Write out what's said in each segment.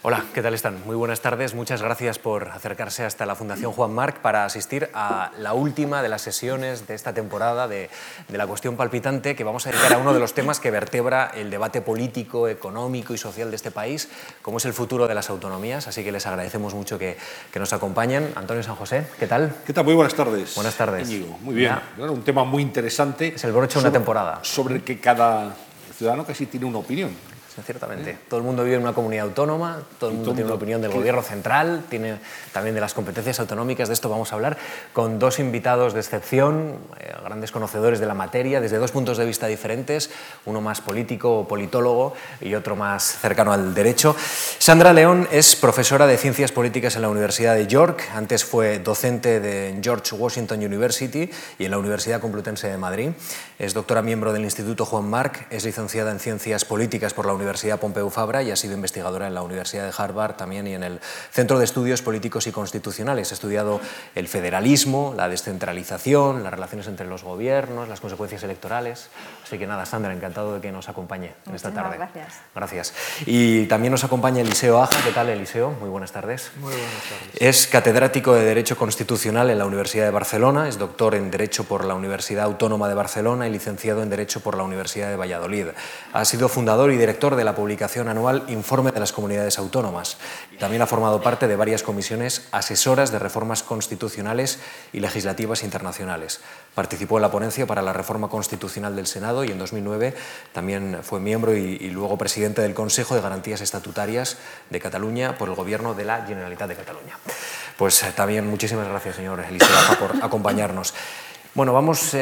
Hola, ¿qué tal están? Muy buenas tardes. Muchas gracias por acercarse hasta la Fundación Juan Marc para asistir a la última de las sesiones de esta temporada de La Cuestión Palpitante, que vamos a dedicar a uno de los temas que vertebra el debate político, económico y social de este país, como es el futuro de las autonomías. Así que les agradecemos mucho que nos acompañen. Antonio San José, ¿qué tal? ¿Qué tal? Muy buenas tardes. Buenas tardes. Íñigo, muy bien. Un tema muy interesante. Es el broche de una temporada. Sobre el que cada ciudadano casi tiene una opinión. Ciertamente. Todo el mundo vive en una comunidad autónoma, todo el mundo tiene una opinión del gobierno central, tiene también de las competencias autonómicas. De esto vamos a hablar con dos invitados de excepción, grandes conocedores de la materia, desde dos puntos de vista diferentes, uno más político o politólogo y otro más cercano al derecho. Sandra León es profesora de Ciencias Políticas en la Universidad de York, antes fue docente de George Washington University y en la Universidad Complutense de Madrid. Es doctora miembro del Instituto Juan Marc, es licenciada en Ciencias Políticas por la Universidad Pompeu Fabra y ha sido investigadora en la Universidad de Harvard también y en el Centro de Estudios Políticos y Constitucionales. Ha estudiado el federalismo, la descentralización, las relaciones entre los gobiernos, las consecuencias electorales. Así que nada, Sandra, encantado de que nos acompañe en esta tarde. Gracias. Gracias. Y también nos acompaña Eliseo Aja. ¿Qué tal, Eliseo? Muy buenas tardes. Muy buenas tardes. Es catedrático de Derecho Constitucional en la Universidad de Barcelona, es doctor en Derecho por la Universidad Autónoma de Barcelona y licenciado en Derecho por la Universidad de Valladolid. Ha sido fundador y director de la publicación anual Informe de las Comunidades Autónomas. También ha formado parte de varias comisiones asesoras de reformas constitucionales y legislativas internacionales. Participó en la ponencia para la reforma constitucional del Senado y en 2009 también fue miembro y luego presidente del Consejo de Garantías Estatutarias de Cataluña por el Gobierno de la Generalitat de Cataluña. Pues también muchísimas gracias, señor Eliseo Aja, por acompañarnos. Bueno,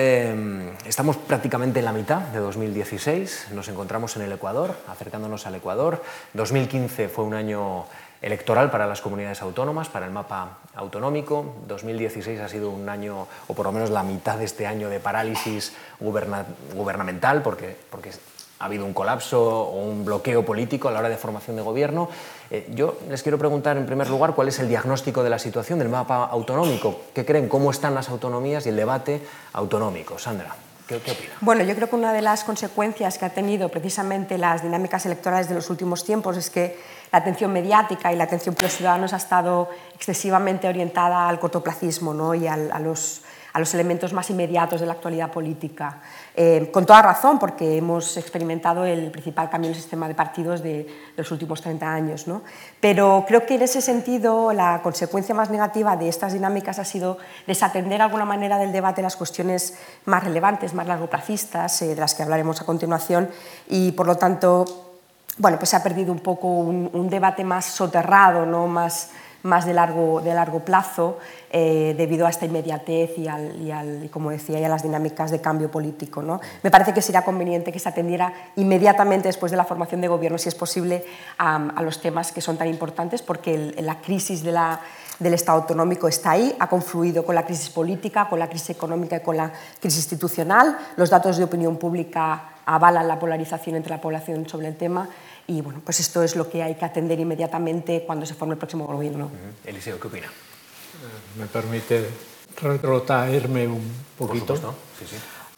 estamos prácticamente en la mitad de 2016, nos encontramos en el Ecuador, acercándonos al Ecuador. 2015 fue un año electoral para las comunidades autónomas, para el mapa autonómico. 2016 ha sido un año, o por lo menos la mitad de este año, de parálisis gubernamental, porque ha habido un colapso o un bloqueo político a la hora de formación de gobierno. Yo les quiero preguntar, en primer lugar, cuál es el diagnóstico de la situación del mapa autonómico. ¿Qué creen? ¿Cómo están las autonomías y el debate autonómico? Sandra, ¿qué opina? Bueno, yo creo que una de las consecuencias que ha tenido precisamente las dinámicas electorales de los últimos tiempos es que la atención mediática y la atención por los ciudadanos ha estado excesivamente orientada al cortoplacismo, ¿no? Y a los elementos más inmediatos de la actualidad política. Con toda razón, porque hemos experimentado el principal cambio en el sistema de partidos de los últimos 30 años, ¿no? Pero creo que en ese sentido la consecuencia más negativa de estas dinámicas ha sido desatender de alguna manera del debate las cuestiones más relevantes, más largoplacistas, de las que hablaremos a continuación, y por lo tanto, bueno, pues se ha perdido un poco un debate más soterrado, ¿no? más de largo plazo, debido a esta inmediatez y como decía, y a las dinámicas de cambio político, ¿no? Me parece que sería conveniente que se atendiera inmediatamente después de la formación de gobierno, si es posible, a los temas que son tan importantes, porque la crisis del Estado autonómico está ahí, ha confluido con la crisis política, con la crisis económica y con la crisis institucional. Los datos de opinión pública avalan la polarización entre la población sobre el tema. Y bueno, pues esto es lo que hay que atender inmediatamente cuando se forme el próximo gobierno. Eliseo, ¿qué opina? Me permite retrotraerme un poquito. Por supuesto. Sí.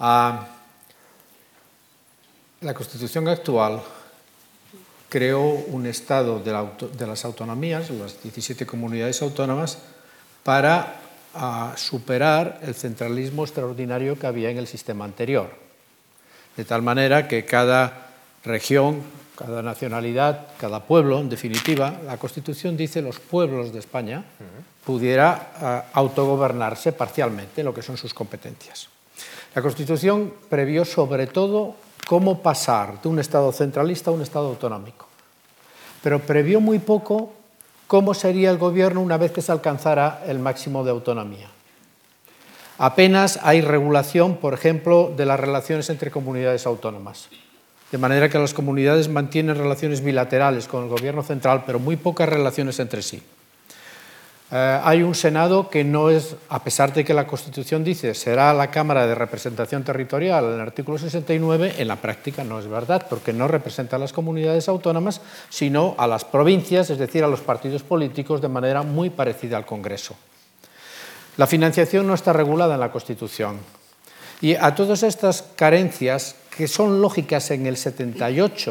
La Constitución actual creó un estado de las autonomías, las 17 comunidades autónomas, para superar el centralismo extraordinario que había en el sistema anterior. De tal manera que cada región, cada nacionalidad, cada pueblo, en definitiva, la Constitución dice los pueblos de España, pudiera autogobernarse parcialmente, lo que son sus competencias. La Constitución previó sobre todo cómo pasar de un Estado centralista a un Estado autonómico, pero previó muy poco cómo sería el gobierno una vez que se alcanzara el máximo de autonomía. Apenas hay regulación, por ejemplo, de las relaciones entre comunidades autónomas. De manera que las comunidades mantienen relaciones bilaterales con el gobierno central, pero muy pocas relaciones entre sí. Hay un Senado que no es, a pesar de que la Constitución dice será la Cámara de Representación Territorial en el artículo 69, en la práctica no es verdad, porque no representa a las comunidades autónomas, sino a las provincias, es decir, a los partidos políticos, de manera muy parecida al Congreso. La financiación no está regulada en la Constitución. Y a todas estas carencias, que son lógicas en el 78,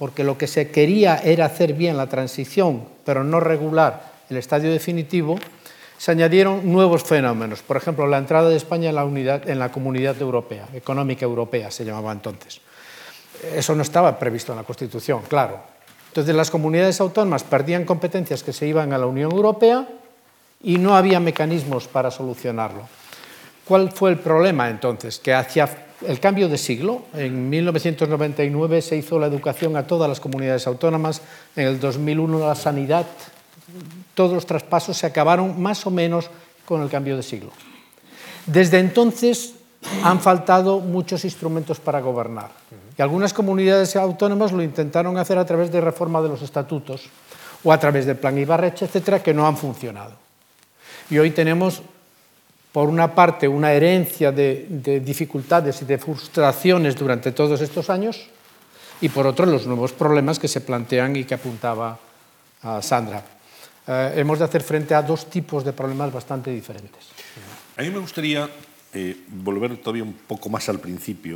porque lo que se quería era hacer bien la transición, pero no regular el estadio definitivo, se añadieron nuevos fenómenos. Por ejemplo, la entrada de España en la Comunidad Europea, Económica Europea se llamaba entonces. Eso no estaba previsto en la Constitución, claro. Entonces las comunidades autónomas perdían competencias que se iban a la Unión Europea y no había mecanismos para solucionarlo. ¿Cuál fue el problema entonces? Que hacia el cambio de siglo, en 1999 se hizo la educación a todas las comunidades autónomas, en el 2001 la sanidad, todos los traspasos se acabaron más o menos con el cambio de siglo. Desde entonces han faltado muchos instrumentos para gobernar. Y algunas comunidades autónomas lo intentaron hacer a través de reforma de los estatutos o a través del Plan Ibarretxe, etcétera, que no han funcionado. Y hoy tenemos, por una parte, una herencia de dificultades y de frustraciones durante todos estos años, y por otro, los nuevos problemas que se plantean y que apuntaba Sandra. Hemos de hacer frente a dos tipos de problemas bastante diferentes. A mí me gustaría volver todavía un poco más al principio,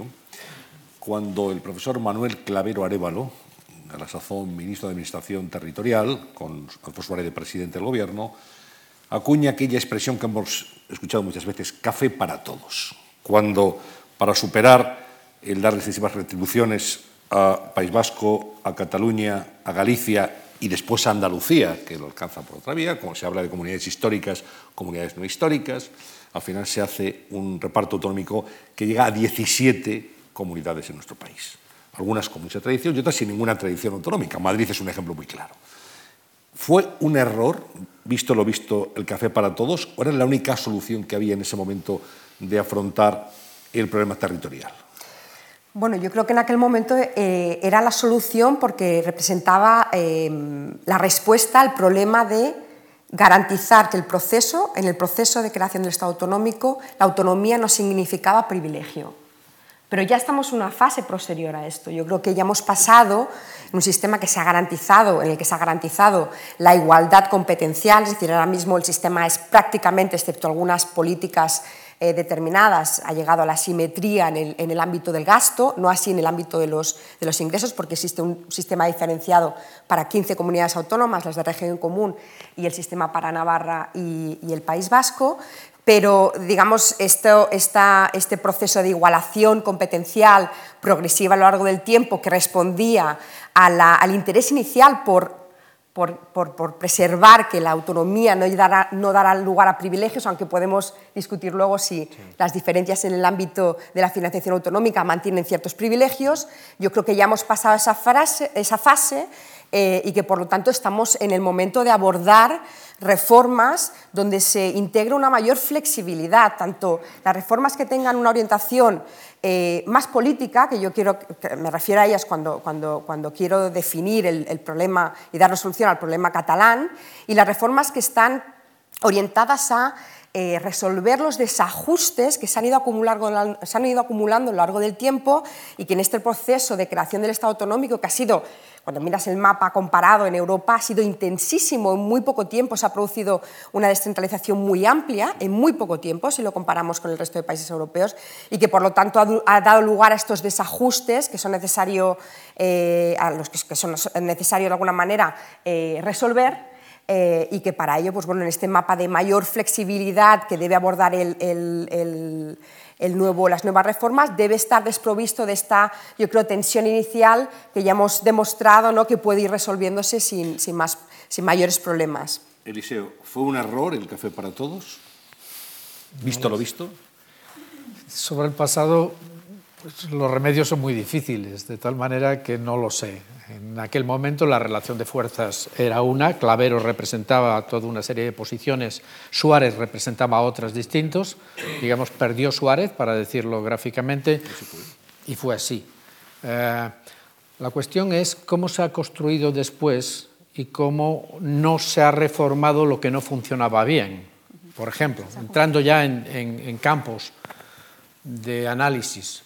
cuando el profesor Manuel Clavero Arévalo, a la sazón ministro de Administración Territorial, con Alfonso Suárez de presidente del Gobierno, acuña aquella expresión que hemos escuchado muchas veces, café para todos, cuando para superar el dar excesivas retribuciones a País Vasco, a Cataluña, a Galicia y después a Andalucía, que lo alcanza por otra vía, como se habla de comunidades históricas, comunidades no históricas, al final se hace un reparto autonómico que llega a 17 comunidades en nuestro país. Algunas con mucha tradición y otras sin ninguna tradición autonómica. Madrid es un ejemplo muy claro. ¿Fue un error, visto lo visto, el café para todos, o era la única solución que había en ese momento de afrontar el problema territorial? Bueno, yo creo que en aquel momento era la solución porque representaba la respuesta al problema de garantizar que en el proceso de creación del Estado autonómico, la autonomía no significaba privilegio. Pero ya estamos en una fase posterior a esto. Yo creo que ya hemos pasado en un sistema que se ha garantizado, en el que se ha garantizado la igualdad competencial, es decir, ahora mismo el sistema es prácticamente, excepto algunas políticas determinadas, ha llegado a la simetría en el ámbito del gasto, no así en el ámbito de los ingresos, porque existe un sistema diferenciado para 15 comunidades autónomas, las de régimen común, y el sistema para Navarra y el País Vasco. Pero, digamos, este proceso de igualación competencial progresiva a lo largo del tiempo que respondía al interés inicial por preservar que la autonomía no dará lugar a privilegios, aunque podemos discutir luego si las diferencias en el ámbito de la financiación autonómica mantienen ciertos privilegios. Yo creo que ya hemos pasado esa fase y que, por lo tanto, estamos en el momento de abordar reformas donde se integra una mayor flexibilidad, tanto las reformas que tengan una orientación más política, que me refiero a ellas cuando quiero definir el problema y dar solución al problema catalán, y las reformas que están orientadas a resolver los desajustes que se han ido acumulando a lo largo del tiempo y que en este proceso de creación del Estado autonómico, que ha sido, cuando miras el mapa comparado en Europa, ha sido intensísimo, en muy poco tiempo se ha producido una descentralización muy amplia, en muy poco tiempo, si lo comparamos con el resto de países europeos, y que por lo tanto ha dado lugar a estos desajustes que son necesarios, de alguna manera resolver. Y que para ello, pues bueno, en este mapa de mayor flexibilidad que debe abordar las nuevas reformas, debe estar desprovisto de esta, yo creo, tensión inicial que ya hemos demostrado, ¿no?, que puede ir resolviéndose sin mayores problemas. Eliseo, ¿fue un error el café para todos? ¿Visto lo visto? Sobre el pasado, pues, los remedios son muy difíciles, de tal manera que no lo sé. En aquel momento la relación de fuerzas era una, Clavero representaba toda una serie de posiciones, Suárez representaba otras distintos, digamos, perdió Suárez, para decirlo gráficamente, y fue así. La cuestión es cómo se ha construido después y cómo no se ha reformado lo que no funcionaba bien. Por ejemplo, entrando ya en campos de análisis,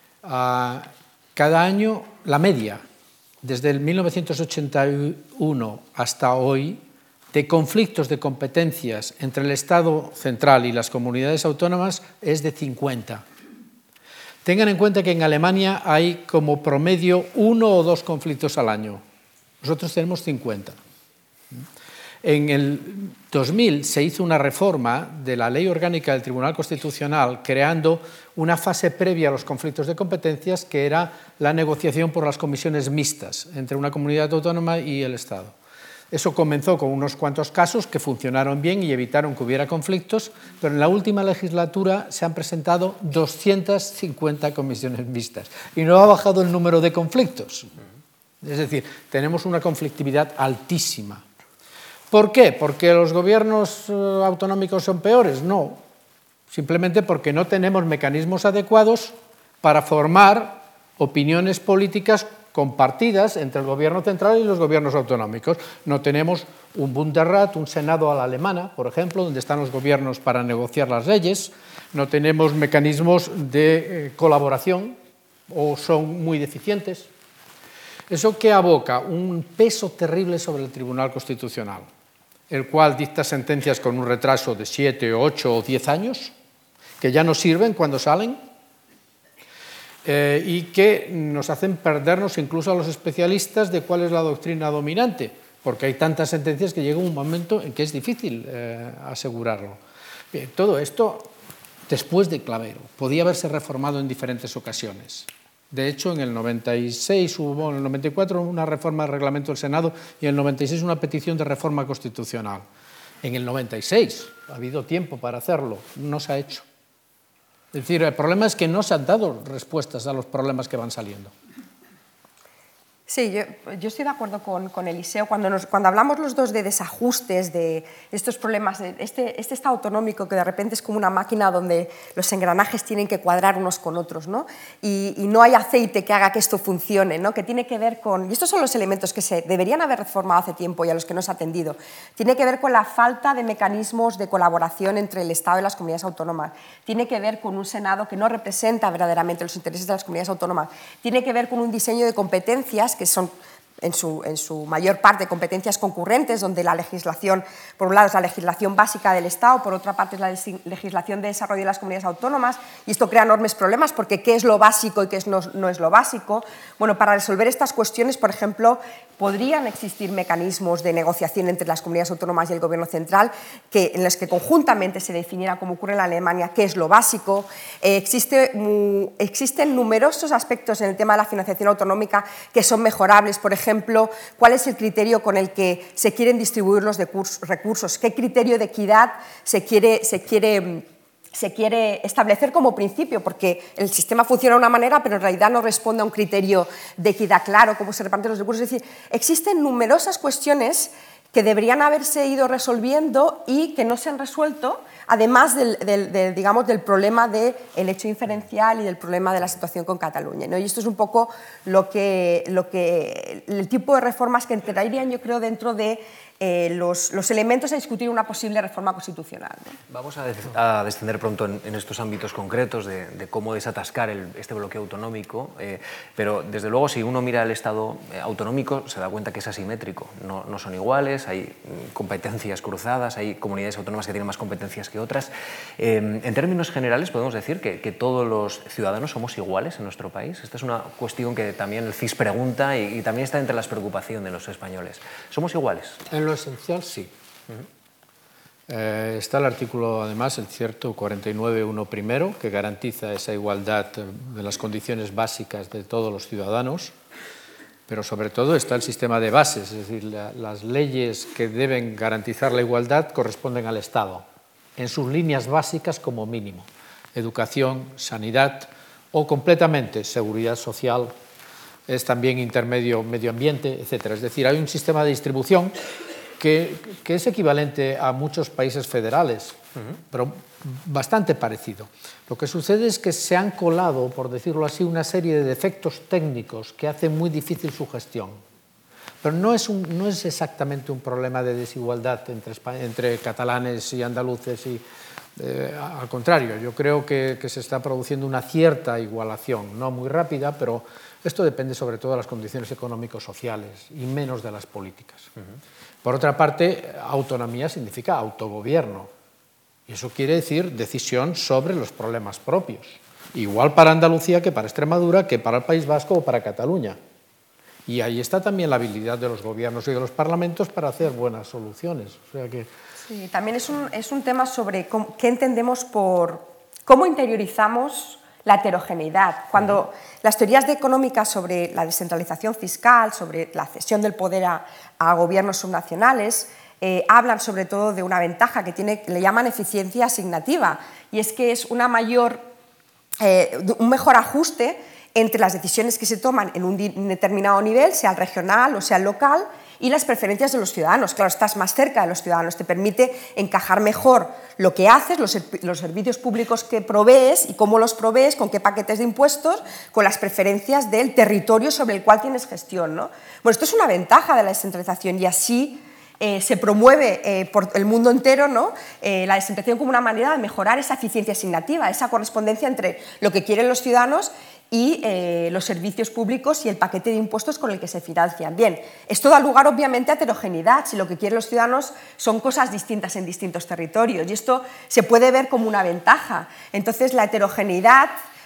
cada año la media, desde el 1981 hasta hoy, de conflictos de competencias entre el Estado central y las comunidades autónomas es de 50. Tengan en cuenta que en Alemania hay como promedio 1 o 2 conflictos al año. Nosotros tenemos 50. En el 2000 se hizo una reforma de la Ley Orgánica del Tribunal Constitucional creando una fase previa a los conflictos de competencias que era la negociación por las comisiones mixtas entre una comunidad autónoma y el Estado. Eso comenzó con unos cuantos casos que funcionaron bien y evitaron que hubiera conflictos, pero en la última legislatura se han presentado 250 comisiones mixtas y no ha bajado el número de conflictos. Es decir, tenemos una conflictividad altísima. ¿Por qué? ¿Porque los gobiernos autonómicos son peores? No, simplemente porque no tenemos mecanismos adecuados para formar opiniones políticas compartidas entre el gobierno central y los gobiernos autonómicos. No tenemos un Bundesrat, un Senado a la alemana, por ejemplo, donde están los gobiernos para negociar las leyes. No tenemos mecanismos de colaboración o son muy deficientes. ¿Eso qué aboca? Un peso terrible sobre el Tribunal Constitucional, el cual dicta sentencias con un retraso de 7, 8 o 10 años, que ya no sirven cuando salen, y que nos hacen perdernos incluso a los especialistas de cuál es la doctrina dominante, porque hay tantas sentencias que llega un momento en que es difícil asegurarlo. Bien, todo esto, después de Clavero, podía haberse reformado en diferentes ocasiones. De hecho, en el 96 hubo, en el 94 una reforma del reglamento del Senado y en el 96 una petición de reforma constitucional. En el 96 ha habido tiempo para hacerlo, no se ha hecho. Es decir, el problema es que no se han dado respuestas a los problemas que van saliendo. Sí, yo estoy de acuerdo con Eliseo. Cuando hablamos los dos de desajustes, de estos problemas, de este Estado autonómico que de repente es como una máquina donde los engranajes tienen que cuadrar unos con otros, ¿no? Y no hay aceite que haga que esto funcione, ¿no? Que tiene que ver con... Y estos son los elementos que se deberían haber reformado hace tiempo y a los que no se ha atendido. Tiene que ver con la falta de mecanismos de colaboración entre el Estado y las comunidades autónomas. Tiene que ver con un Senado que no representa verdaderamente los intereses de las comunidades autónomas. Tiene que ver con un diseño de competencias que son en su mayor parte competencias concurrentes, donde la legislación, por un lado, es la legislación básica del Estado, por otra parte es la legislación de desarrollo de las comunidades autónomas, y esto crea enormes problemas, porque ¿qué es lo básico y qué no es lo básico? Bueno, para resolver estas cuestiones, por ejemplo, podrían existir mecanismos de negociación entre las comunidades autónomas y el Gobierno central, en los que conjuntamente se definiera, como ocurre en Alemania, qué es lo básico. Existen numerosos aspectos en el tema de la financiación autonómica que son mejorables, por ejemplo, cuál es el criterio con el que se quieren distribuir los recursos, qué criterio de equidad se quiere establecer como principio, porque el sistema funciona de una manera, pero en realidad no responde a un criterio de equidad claro, cómo se reparten los recursos. Es decir, existen numerosas cuestiones que deberían haberse ido resolviendo y que no se han resuelto, además del problema del hecho inferencial y del problema de la situación con Cataluña, ¿no? Y esto es un poco el tipo de reformas que entrarían, yo creo, dentro de los elementos a discutir una posible reforma constitucional, ¿no? Vamos a descender pronto en estos ámbitos concretos de cómo desatascar este bloqueo autonómico, pero desde luego si uno mira el Estado autonómico se da cuenta que es asimétrico, no son iguales, hay competencias cruzadas, hay comunidades autónomas que tienen más competencias que otras. En términos generales podemos decir que todos los ciudadanos somos iguales en nuestro país. Esta es una cuestión que también el CIS pregunta y también está entre las preocupaciones de los españoles. ¿Somos iguales? En lo esencial, sí. Está el artículo, además, el cierto 49.1 primero, que garantiza esa igualdad de las condiciones básicas de todos los ciudadanos, pero sobre todo está el sistema de bases, es decir, las leyes que deben garantizar la igualdad corresponden al Estado, en sus líneas básicas como mínimo, educación, sanidad o completamente seguridad social, es también intermedio medio ambiente, etc. Es decir, hay un sistema de distribución que es equivalente a muchos países federales, pero bastante parecido. Lo que sucede es que se han colado, por decirlo así, una serie de defectos técnicos que hacen muy difícil su gestión. Pero no es exactamente un problema de desigualdad entre catalanes y andaluces. Al contrario, yo creo que se está produciendo una cierta igualación, no muy rápida, pero esto depende sobre todo de las condiciones económico-sociales y menos de las políticas. Por otra parte, autonomía significa autogobierno, y eso quiere decir decisión sobre los problemas propios. igual para Andalucía que para Extremadura, que para el País Vasco o para Cataluña. Y ahí está también la habilidad de los gobiernos y de los parlamentos para hacer buenas soluciones. O sea que... Sí, también es un tema sobre qué entendemos por cómo interiorizamos la heterogeneidad. Cuando las teorías económicas sobre la descentralización fiscal, sobre la cesión del poder a gobiernos subnacionales, hablan sobre todo de una ventaja que tiene, le llaman eficiencia asignativa, y es que es un mejor ajuste entre las decisiones que se toman en un determinado nivel, sea el regional o sea el local, y las preferencias de los ciudadanos. Claro, estás más cerca de los ciudadanos, te permite encajar mejor lo que haces, los servicios públicos que provees y cómo los provees, con qué paquetes de impuestos, con las preferencias del territorio sobre el cual tienes gestión, ¿no? Bueno, esto es una ventaja de la descentralización y así se promueve por el mundo entero, ¿no? La descentralización como una manera de mejorar esa eficiencia asignativa, esa correspondencia entre lo que quieren los ciudadanos y los servicios públicos y el paquete de impuestos con el que se financian. Bien, esto da lugar obviamente a heterogeneidad, si lo que quieren los ciudadanos son cosas distintas en distintos territorios, y esto se puede ver como una ventaja. Entonces, la heterogeneidad,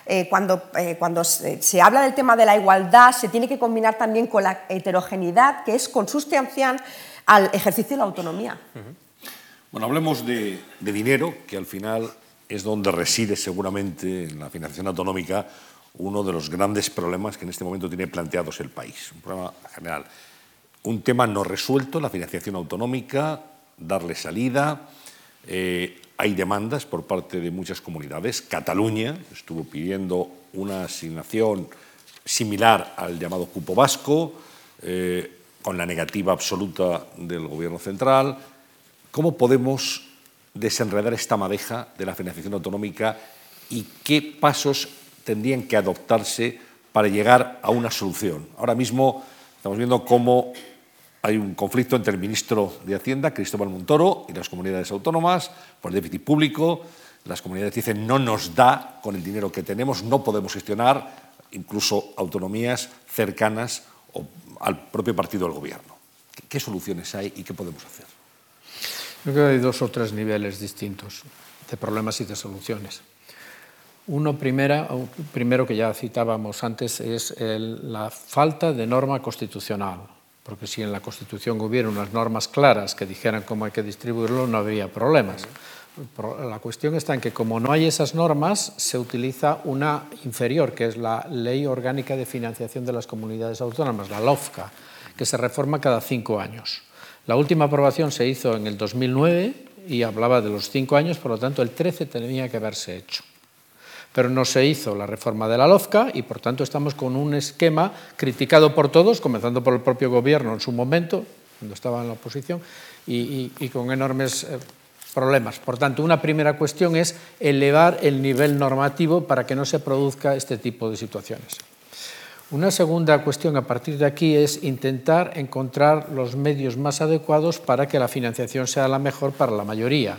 cuando se habla del tema de la igualdad, se tiene que combinar también con la heterogeneidad, que es consustancial al ejercicio de la autonomía. Bueno, hablemos de dinero, que al final es donde reside seguramente en la financiación autonómica uno de los grandes problemas que en este momento tiene planteados el país. Un problema general. Un tema no resuelto, la financiación autonómica, darle salida. Hay demandas por parte de muchas comunidades. Cataluña estuvo pidiendo una asignación similar al llamado cupo vasco, con la negativa absoluta del Gobierno central. ¿Cómo podemos desenredar esta madeja de la financiación autonómica y qué pasos tendrían que adoptarse para llegar a una solución? Ahora mismo estamos viendo cómo hay un conflicto entre el ministro de Hacienda, Cristóbal Montoro, y las comunidades autónomas por el déficit público. Las comunidades dicen no nos da con el dinero que tenemos, no podemos gestionar, incluso autonomías cercanas al propio partido del gobierno. ¿Qué soluciones hay y qué podemos hacer? Yo creo que hay dos o tres niveles distintos de problemas y de soluciones. Uno primero que ya citábamos antes es la falta de norma constitucional, porque si en la Constitución hubiera unas normas claras que dijeran cómo hay que distribuirlo, no habría problemas. La cuestión está en que como no hay esas normas, se utiliza una inferior, que es la Ley Orgánica de Financiación de las Comunidades Autónomas, la LOFCA, que se reforma cada 5 años. La última aprobación se hizo en el 2009 y hablaba de los 5 años, por lo tanto el 13 tenía que haberse hecho. Pero no se hizo la reforma de la LOFCA y, por tanto, estamos con un esquema criticado por todos, comenzando por el propio gobierno en su momento, cuando estaba en la oposición, y con enormes problemas. Por tanto, una primera cuestión es elevar el nivel normativo para que no se produzca este tipo de situaciones. Una segunda cuestión a partir de aquí es intentar encontrar los medios más adecuados para que la financiación sea la mejor para la mayoría.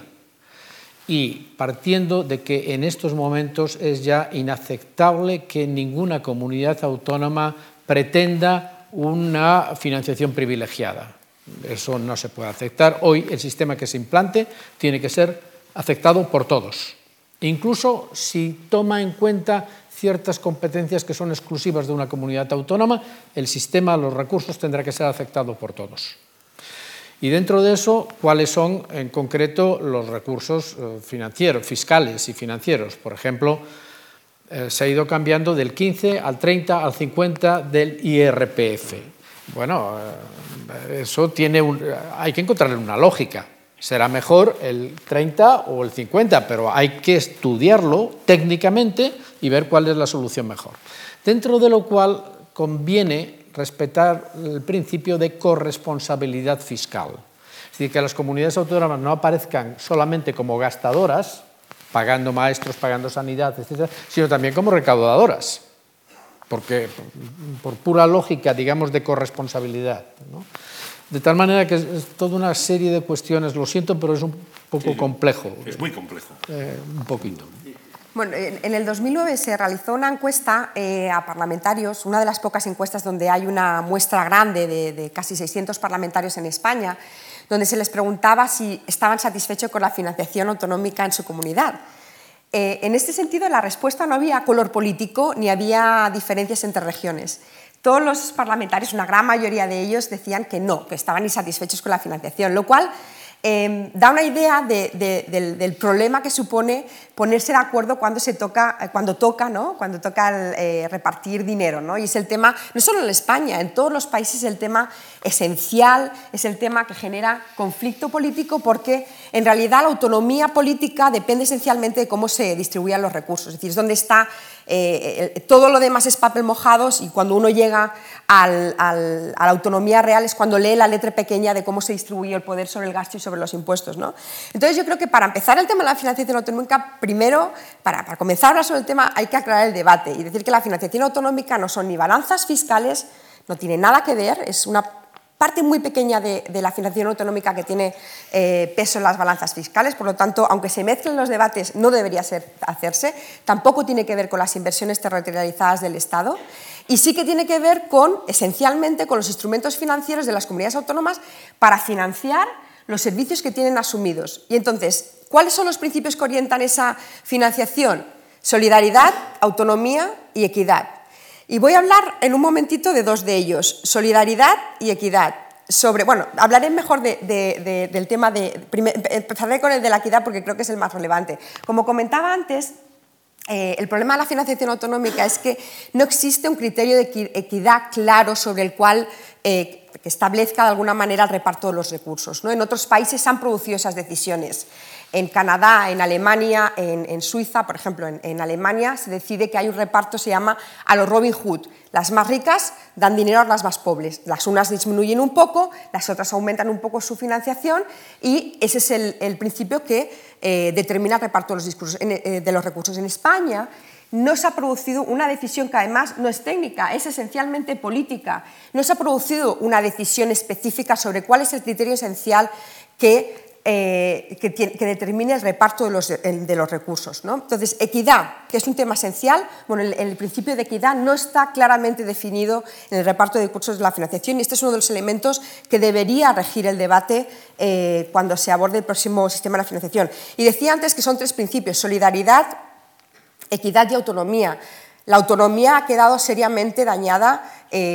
Y partiendo de que en estos momentos es ya inaceptable que ninguna comunidad autónoma pretenda una financiación privilegiada. Eso no se puede aceptar. Hoy el sistema que se implante tiene que ser aceptado por todos, incluso si toma en cuenta ciertas competencias que son exclusivas de una comunidad autónoma, el sistema, los recursos tendrá que ser aceptado por todos. Y dentro de eso, ¿cuáles son en concreto los recursos financieros, fiscales y financieros? Por ejemplo, se ha ido cambiando del 15 al 30 al 50 del IRPF. Bueno, eso hay que encontrarle una lógica. Será mejor el 30 o el 50, pero hay que estudiarlo técnicamente y ver cuál es la solución mejor. Dentro de lo cual conviene respetar el principio de corresponsabilidad fiscal. Es decir, que las comunidades autónomas no aparezcan solamente como gastadoras, pagando maestros, pagando sanidad, etc., sino también como recaudadoras, porque por pura lógica, digamos, de corresponsabilidad, ¿no? De tal manera que es toda una serie de cuestiones, lo siento, pero es un poco complejo. Es muy complejo. Un poquito. Bueno, en el 2009 se realizó una encuesta a parlamentarios, una de las pocas encuestas donde hay una muestra grande de casi 600 parlamentarios en España, donde se les preguntaba si estaban satisfechos con la financiación autonómica en su comunidad. En este sentido, la respuesta no había color político ni había diferencias entre regiones. Todos los parlamentarios, una gran mayoría de ellos, decían que no, que estaban insatisfechos con la financiación, lo cual da una idea del problema que supone ponerse de acuerdo cuando toca repartir dinero, ¿no? Y es el tema, no solo en España, en todos los países es el tema esencial, es el tema que genera conflicto político, porque en realidad la autonomía política depende esencialmente de cómo se distribuyen los recursos, es decir, es donde está todo lo demás es papel mojados, y cuando uno llega a la autonomía real es cuando lee la letra pequeña de cómo se distribuye el poder sobre el gasto y sobre los impuestos, ¿no? Entonces yo creo que para empezar el tema de la financiación autonómica, primero, para comenzar a hablar sobre el tema, hay que aclarar el debate y decir que la financiación autonómica no son ni balanzas fiscales, no tiene nada que ver, es una parte muy pequeña de la financiación autonómica que tiene peso en las balanzas fiscales, por lo tanto, aunque se mezclen los debates, no debería hacerse, tampoco tiene que ver con las inversiones territorializadas del Estado, y sí que tiene que ver esencialmente con los instrumentos financieros de las comunidades autónomas para financiar los servicios que tienen asumidos. Y entonces, ¿cuáles son los principios que orientan esa financiación? Solidaridad, autonomía y equidad. Y voy a hablar en un momentito de dos de ellos, solidaridad y equidad. Hablaré mejor del tema empezaré con el de la equidad porque creo que es el más relevante. Como comentaba antes, el problema de la financiación autonómica es que no existe un criterio de equidad claro sobre el cual que establezca de alguna manera el reparto de los recursos, ¿no? En otros países se han producido esas decisiones. En Canadá, en Alemania, en Suiza, por ejemplo, en Alemania se decide que hay un reparto, se llama a los Robin Hood. Las más ricas dan dinero a las más pobres. Las unas disminuyen un poco, las otras aumentan un poco su financiación, y ese es el principio que determina el reparto de los recursos. En España no se ha producido una decisión que además no es técnica, es esencialmente política. No se ha producido una decisión específica sobre cuál es el criterio esencial que determine el reparto de los recursos, ¿no? Entonces, equidad, que es un tema esencial, el principio de equidad no está claramente definido en el reparto de recursos de la financiación, y este es uno de los elementos que debería regir el debate cuando se aborde el próximo sistema de la financiación. Y decía antes que son tres principios: solidaridad, equidad y autonomía. La autonomía ha quedado seriamente dañada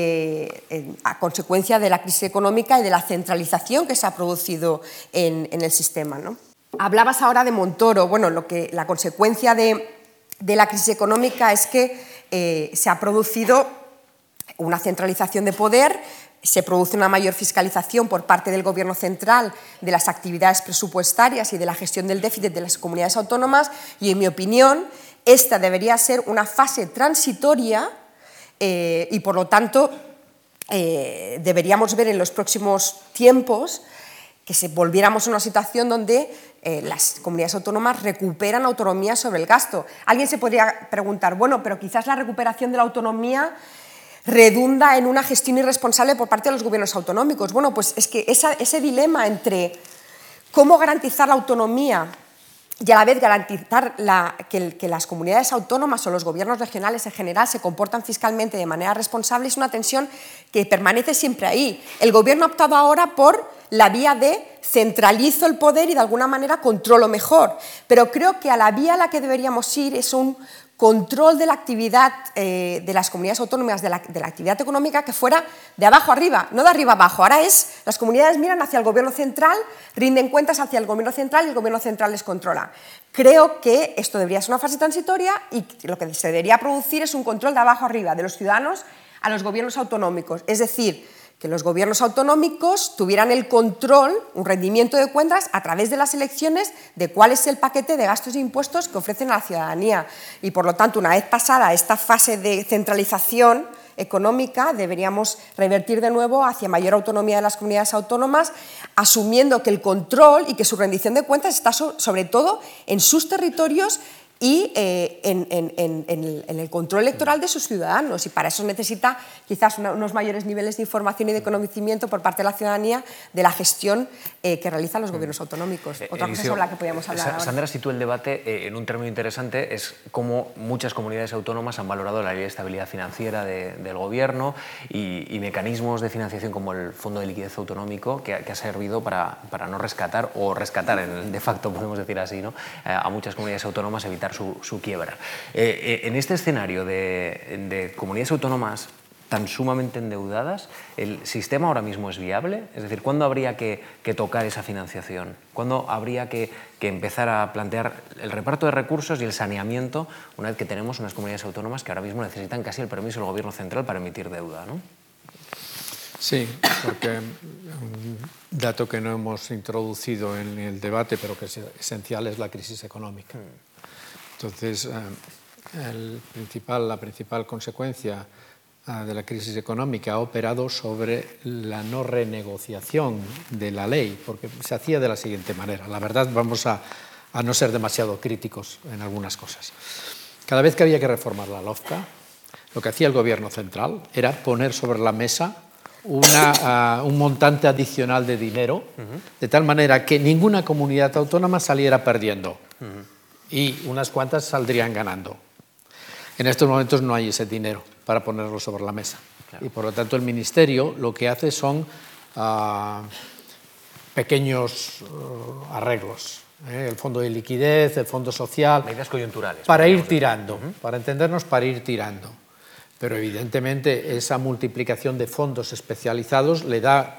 a consecuencia de la crisis económica y de la centralización que se ha producido en el sistema, ¿no? Hablabas ahora de Montoro. La consecuencia de la crisis económica es que se ha producido una centralización de poder, se produce una mayor fiscalización por parte del Gobierno central de las actividades presupuestarias y de la gestión del déficit de las comunidades autónomas, y en mi opinión esta debería ser una fase transitoria y, por lo tanto, deberíamos ver en los próximos tiempos que volviéramos a una situación donde las comunidades autónomas recuperan autonomía sobre el gasto. Alguien se podría preguntar, pero quizás la recuperación de la autonomía redunda en una gestión irresponsable por parte de los gobiernos autonómicos. Pues es que ese dilema entre cómo garantizar la autonomía y a la vez garantizar que las comunidades autónomas o los gobiernos regionales en general se comportan fiscalmente de manera responsable es una tensión que permanece siempre ahí. El Gobierno ha optado ahora por la vía de centralizo el poder y de alguna manera controlo mejor, pero creo que a la vía a la que deberíamos ir es un control de la actividad de las comunidades autónomas, de la actividad económica, que fuera de abajo arriba, no de arriba abajo. Ahora las comunidades miran hacia el Gobierno central, rinden cuentas hacia el Gobierno central y el Gobierno central les controla. Creo que esto debería ser una fase transitoria y lo que se debería producir es un control de abajo arriba, de los ciudadanos a los gobiernos autonómicos. Es decir, que los gobiernos autonómicos tuvieran el control, un rendimiento de cuentas a través de las elecciones de cuál es el paquete de gastos e impuestos que ofrecen a la ciudadanía. Y, por lo tanto, una vez pasada esta fase de centralización económica, deberíamos revertir de nuevo hacia mayor autonomía de las comunidades autónomas, asumiendo que el control y que su rendición de cuentas está sobre todo en sus territorios y en el control electoral de sus ciudadanos, y para eso necesita quizás unos mayores niveles de información y de conocimiento por parte de la ciudadanía de la gestión que realizan los gobiernos autonómicos. Otra cosa sobre la que podríamos hablar ahora. Sandra sitúa el debate en un término interesante, es cómo muchas comunidades autónomas han valorado la ley de estabilidad financiera del Gobierno y mecanismos de financiación como el Fondo de Liquidez Autonómico, que ha servido para no rescatar, o rescatar de facto, podemos decir así, ¿no?, a muchas comunidades autónomas, evitar evitar su quiebra. En este escenario de comunidades autónomas tan sumamente endeudadas, ¿el sistema ahora mismo es viable? Es decir, ¿cuándo habría que tocar esa financiación? ¿Cuándo habría que empezar a plantear el reparto de recursos y el saneamiento una vez que tenemos unas comunidades autónomas que ahora mismo necesitan casi el permiso del Gobierno central para emitir deuda, ¿no? Sí, porque un dato que no hemos introducido en el debate, pero que es esencial, es la crisis económica. Entonces, la principal consecuencia de la crisis económica ha operado sobre la no renegociación de la ley, porque se hacía de la siguiente manera. La verdad, vamos a no ser demasiado críticos en algunas cosas. Cada vez que había que reformar la LOFCA, lo que hacía el Gobierno central era poner sobre la mesa un montante adicional de dinero, de tal manera que ninguna comunidad autónoma saliera perdiendo y unas cuantas saldrían ganando. En estos momentos no hay ese dinero para ponerlo sobre la mesa. Claro. Y por lo tanto el Ministerio lo que hace son pequeños arreglos. El fondo de liquidez, el fondo social. Medidas coyunturales. Para ir tirando, para entendernos, para ir tirando. Pero evidentemente esa multiplicación de fondos especializados le da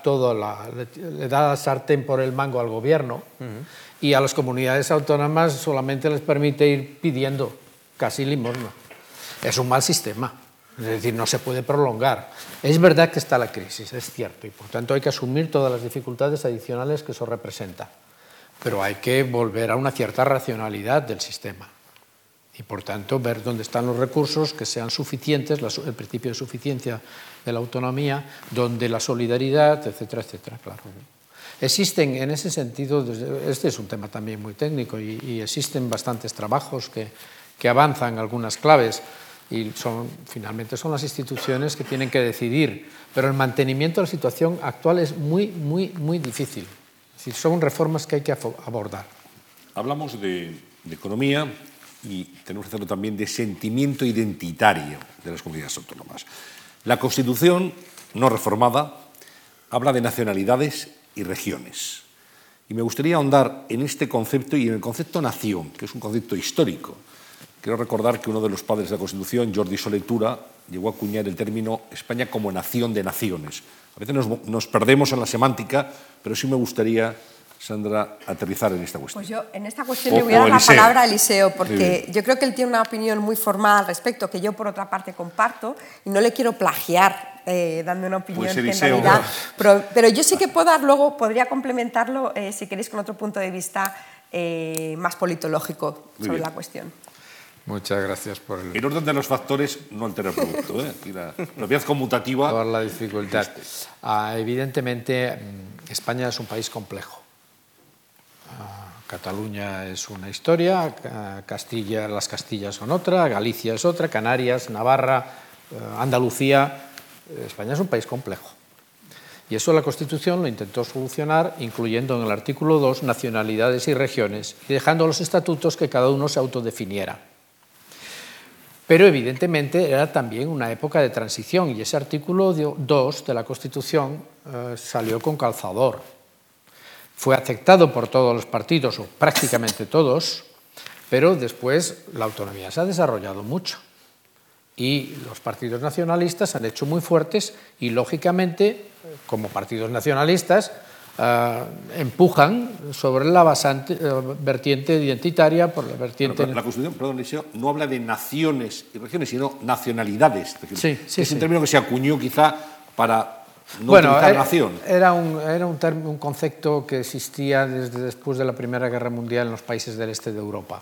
la sartén por el mango al Gobierno y a las comunidades autónomas solamente les permite ir pidiendo casi limosna. Es un mal sistema, es decir, no se puede prolongar. Es verdad que está la crisis, es cierto, y por tanto hay que asumir todas las dificultades adicionales que eso representa, pero hay que volver a una cierta racionalidad del sistema y por tanto ver dónde están los recursos que sean suficientes, el principio de suficiencia de la autonomía, donde la solidaridad, etcétera, etcétera, claro. Existen en ese sentido, este es un tema también muy técnico y existen bastantes trabajos que avanzan algunas claves y finalmente son las instituciones que tienen que decidir, pero el mantenimiento de la situación actual es muy, muy, muy difícil. Es decir, son reformas que hay que abordar. Hablamos de economía y tenemos que hacerlo también de sentimiento identitario de las comunidades autónomas. La Constitución, no reformada, habla de nacionalidades y regiones. Y me gustaría ahondar en este concepto y en el concepto nación, que es un concepto histórico. Quiero recordar que uno de los padres de la Constitución, Jordi Solé Tura, llegó a acuñar el término España como nación de naciones. A veces nos perdemos en la semántica, pero sí me gustaría, Sandra, aterrizar en esta cuestión. Pues yo en esta cuestión le voy a dar la palabra a Eliseo, porque yo creo que él tiene una opinión muy formada al respecto, que yo por otra parte comparto, y no le quiero plagiar dando una opinión pues Eliseo, que en realidad... Pero yo sí que puedo dar, luego podría complementarlo, si queréis, con otro punto de vista más politológico sobre la cuestión. Muchas gracias por el... En orden de los factores, no altera el producto. La propiedad conmutativa... Por la dificultad. Evidentemente, España es un país complejo. Cataluña es una historia, las Castillas son otra, Galicia es otra, Canarias, Navarra, Andalucía... España es un país complejo. Y eso la Constitución lo intentó solucionar, incluyendo en el artículo 2 nacionalidades y regiones, y dejando los estatutos que cada uno se autodefiniera. Pero evidentemente era también una época de transición y ese artículo 2 de la Constitución salió con calzador. Fue aceptado por todos los partidos, o prácticamente todos, pero después la autonomía se ha desarrollado mucho. Y los partidos nacionalistas han hecho muy fuertes y, lógicamente, como partidos nacionalistas, empujan sobre la vertiente identitaria por la vertiente... La Constitución, perdón, Eliseo, no habla de naciones y regiones, sino nacionalidades. Sí, es un término que se acuñó quizá para no utilizar nación. Era un concepto que existía desde después de la Primera Guerra Mundial en los países del este de Europa.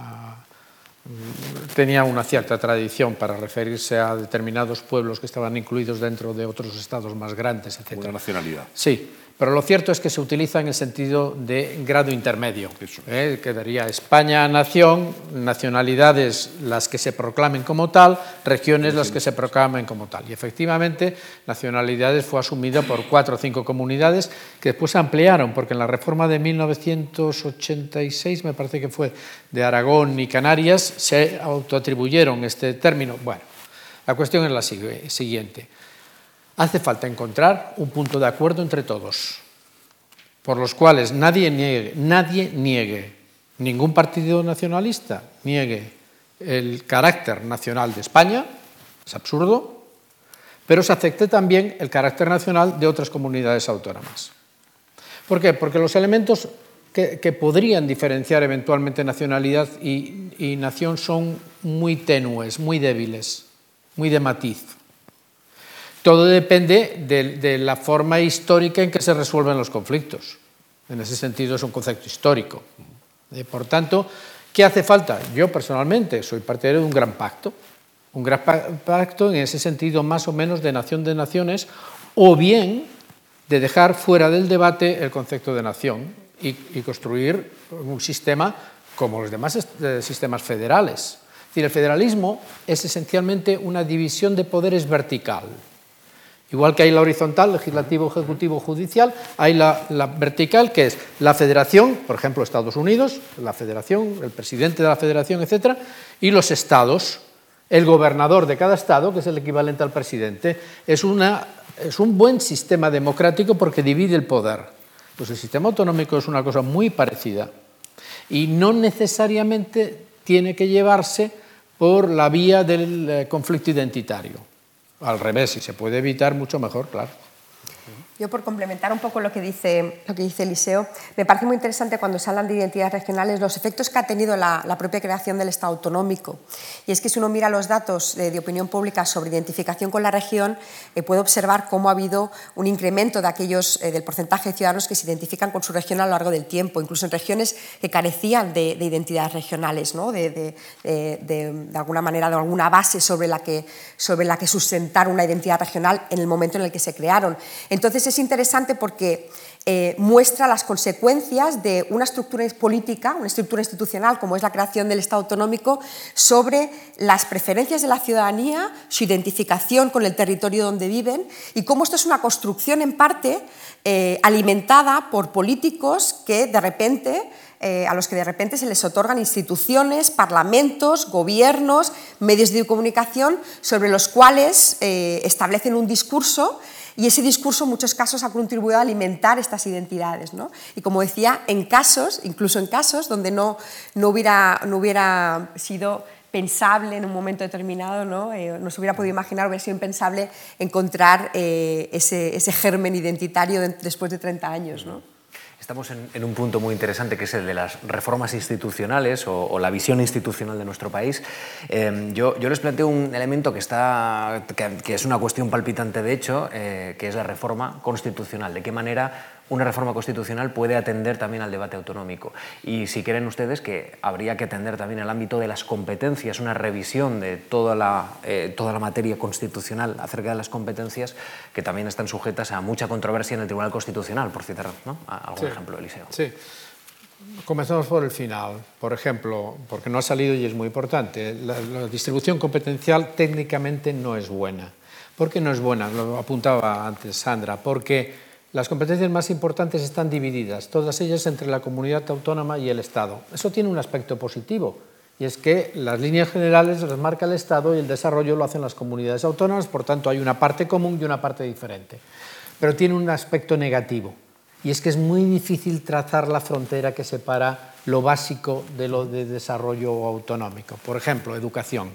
Tenía una cierta tradición para referirse a determinados pueblos que estaban incluidos dentro de otros estados más grandes, etc. Una nacionalidad. Sí, pero lo cierto es que se utiliza en el sentido de grado intermedio. Quedaría España nación, nacionalidades las que se proclamen como tal, regiones las que se proclamen como tal. Y efectivamente, nacionalidades fue asumida por 4 o 5 comunidades que después se ampliaron, porque en la reforma de 1986, me parece que fue, de Aragón y Canarias, se autoatribuyeron este término. Bueno, la cuestión es la siguiente. Hace falta encontrar un punto de acuerdo entre todos, por los cuales nadie niegue ningún partido nacionalista niegue el carácter nacional de España, es absurdo, pero se acepte también el carácter nacional de otras comunidades autónomas. ¿Por qué? Porque los elementos que podrían diferenciar eventualmente nacionalidad y nación son muy tenues, muy débiles, muy de matiz. Todo depende de la forma histórica en que se resuelven los conflictos. En ese sentido es un concepto histórico. Por tanto, ¿qué hace falta? Yo personalmente soy partidario de un gran pacto en ese sentido más o menos de nación de naciones, o bien de dejar fuera del debate el concepto de nación y construir un sistema como los demás sistemas federales. Es decir, el federalismo es esencialmente una división de poderes vertical. Igual que hay la horizontal, legislativo, ejecutivo, judicial, hay la vertical, que es la federación, por ejemplo, Estados Unidos, la federación, el presidente de la federación, etc., y los estados, el gobernador de cada estado, que es el equivalente al presidente. Es un buen sistema democrático porque divide el poder. Pues el sistema autonómico es una cosa muy parecida y no necesariamente tiene que llevarse por la vía del conflicto identitario. Al revés, si se puede evitar, mucho mejor, claro. Yo, por complementar un poco lo que dice Eliseo, me parece muy interesante cuando se hablan de identidades regionales los efectos que ha tenido la propia creación del Estado autonómico. Y es que si uno mira los datos de opinión pública sobre identificación con la región, puede observar cómo ha habido un incremento del porcentaje de ciudadanos que se identifican con su región a lo largo del tiempo, incluso en regiones que carecían de identidades regionales, ¿no? de alguna manera, de alguna base sobre la que sustentar una identidad regional en el momento en el que se crearon. Entonces es interesante porque muestra las consecuencias de una estructura política, una estructura institucional como es la creación del Estado autonómico sobre las preferencias de la ciudadanía, su identificación con el territorio donde viven y cómo esto es una construcción en parte alimentada por políticos que de repente a los que de repente se les otorgan instituciones, parlamentos, gobiernos, medios de comunicación sobre los cuales establecen un discurso. Y ese discurso en muchos casos ha contribuido a alimentar estas identidades, ¿no? Y como decía, incluso en casos donde no hubiera sido pensable en un momento determinado, ¿no? No se hubiera podido imaginar, hubiera sido impensable encontrar ese germen identitario después de 30 años, ¿no? Estamos en un punto muy interesante que es el de las reformas institucionales o la visión institucional de nuestro país. Yo les planteo un elemento que es una cuestión palpitante de hecho, que es la reforma constitucional. ¿De qué manera una reforma constitucional puede atender también al debate autonómico? Y si creen ustedes que habría que atender también el ámbito de las competencias, una revisión de toda la materia constitucional acerca de las competencias que también están sujetas a mucha controversia en el Tribunal Constitucional, por citar, ¿no?, algún ejemplo, Eliseo. Sí. Comencemos por el final, por ejemplo, porque no ha salido y es muy importante. La distribución competencial técnicamente no es buena. ¿Por qué no es buena? Lo apuntaba antes Sandra, porque las competencias más importantes están divididas, todas ellas entre la comunidad autónoma y el Estado. Eso tiene un aspecto positivo, y es que las líneas generales las marca el Estado y el desarrollo lo hacen las comunidades autónomas, por tanto hay una parte común y una parte diferente. Pero tiene un aspecto negativo, y es que es muy difícil trazar la frontera que separa lo básico de lo de desarrollo autonómico. Por ejemplo, educación.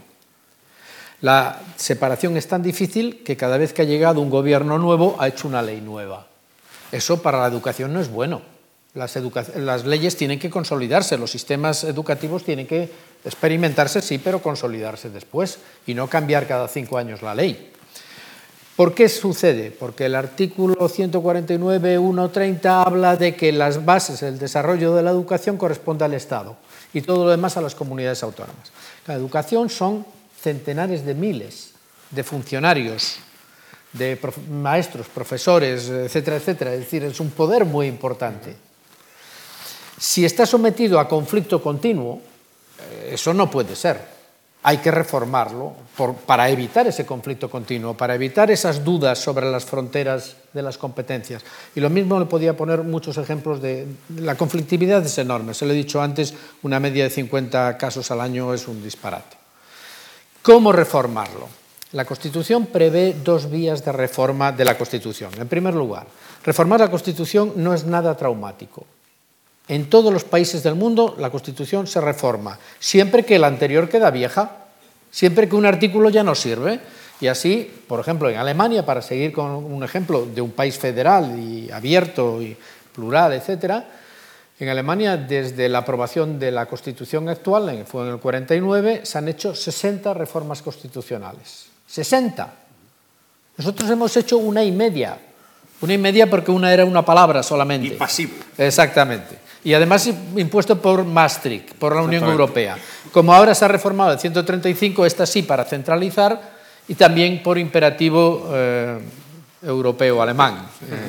La separación es tan difícil que cada vez que ha llegado un gobierno nuevo ha hecho una ley nueva. Eso para la educación no es bueno. Las leyes tienen que consolidarse, los sistemas educativos tienen que experimentarse, sí, pero consolidarse después y no cambiar cada 5 años la ley. ¿Por qué sucede? Porque el artículo 149.1.30 habla de que las bases del desarrollo de la educación corresponde al Estado y todo lo demás a las comunidades autónomas. La educación son centenares de miles de funcionarios, de maestros, profesores, etcétera, etcétera. Es decir, es un poder muy importante. Si está sometido a conflicto continuo, eso no puede ser. Hay que reformarlo para evitar ese conflicto continuo, para evitar esas dudas sobre las fronteras de las competencias. Y lo mismo le podía poner muchos ejemplos de la conflictividad es enorme. Se lo he dicho antes, una media de 50 casos al año es un disparate. ¿Cómo reformarlo? La Constitución prevé 2 vías de reforma de la Constitución. En primer lugar, reformar la Constitución no es nada traumático. En todos los países del mundo la Constitución se reforma, siempre que la anterior queda vieja, siempre que un artículo ya no sirve. Y así, por ejemplo, en Alemania, para seguir con un ejemplo de un país federal y abierto y plural, etc., en Alemania, desde la aprobación de la Constitución actual, fue en el 49, se han hecho 60 reformas constitucionales. 60. Nosotros hemos hecho una y media porque una era una palabra solamente. Y pasivo. Exactamente. Y además impuesto por Maastricht, por la Unión Europea. Como ahora se ha reformado el 135, esta sí para centralizar y también por imperativo europeo, alemán.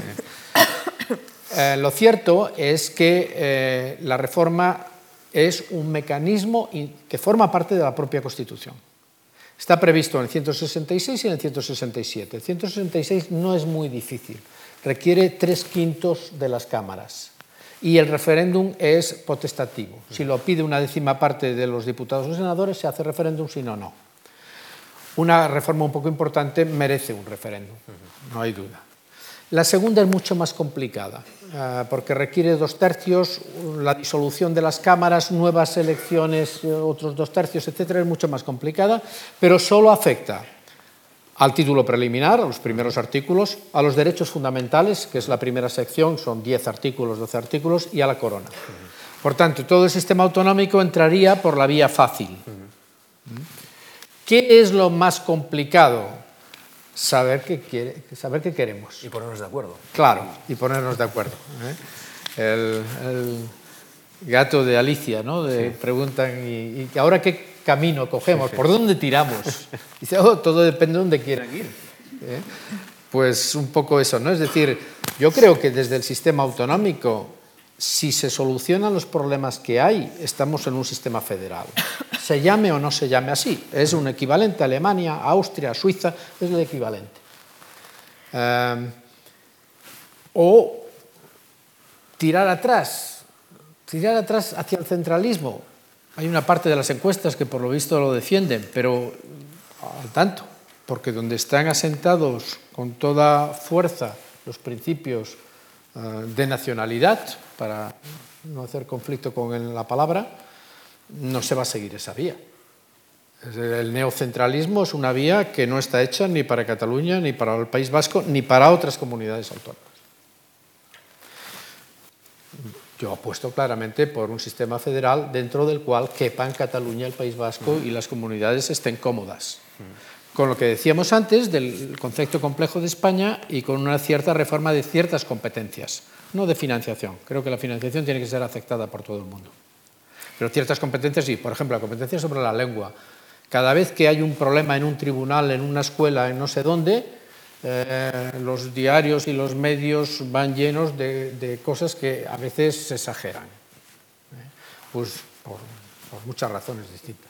Lo cierto es que la reforma es un mecanismo que forma parte de la propia Constitución. Está previsto en el 166 y en el 167. El 166 no es muy difícil, requiere 3/5 de las cámaras. Y el referéndum es potestativo. Si lo pide una 10ª parte de los diputados o senadores, se hace referéndum, si no, no. Una reforma un poco importante merece un referéndum, no hay duda. La segunda es mucho más complicada, porque requiere 2/3, la disolución de las cámaras, nuevas elecciones, otros 2/3, etcétera, es mucho más complicada, pero solo afecta al título preliminar, a los primeros artículos, a los derechos fundamentales, que es la primera sección, son 10 artículos, 12 artículos, y a la corona. Por tanto, todo el sistema autonómico entraría por la vía fácil. ¿Qué es lo más complicado? Saber qué queremos. Y ponernos de acuerdo. Claro, y ponernos de acuerdo. El gato de Alicia, ¿no? Preguntan, ¿y ahora qué camino cogemos? ¿Por dónde tiramos? Dice, todo depende de dónde quieran ir. Pues un poco eso, ¿no? Es decir, yo creo que desde el sistema autonómico, si se solucionan los problemas que hay, estamos en un sistema federal. Se llame o no se llame así. Es un equivalente a Alemania, a Austria, a Suiza, es el equivalente. O tirar atrás hacia el centralismo. Hay una parte de las encuestas que por lo visto lo defienden, pero al tanto, porque donde están asentados con toda fuerza los principios de nacionalidad, para no hacer conflicto con la palabra, no se va a seguir esa vía. El neocentralismo es una vía que no está hecha ni para Cataluña, ni para el País Vasco, ni para otras comunidades autónomas. Yo apuesto claramente por un sistema federal dentro del cual quepan Cataluña, el País Vasco y las comunidades estén cómodas. Con lo que decíamos antes del concepto complejo de España y con una cierta reforma de ciertas competencias, no de financiación. Creo que la financiación tiene que ser aceptada por todo el mundo. Pero ciertas competencias sí. Por ejemplo, la competencia sobre la lengua. Cada vez que hay un problema en un tribunal, en una escuela, en no sé dónde, los diarios y los medios van llenos de cosas que a veces se exageran. Pues por muchas razones distintas.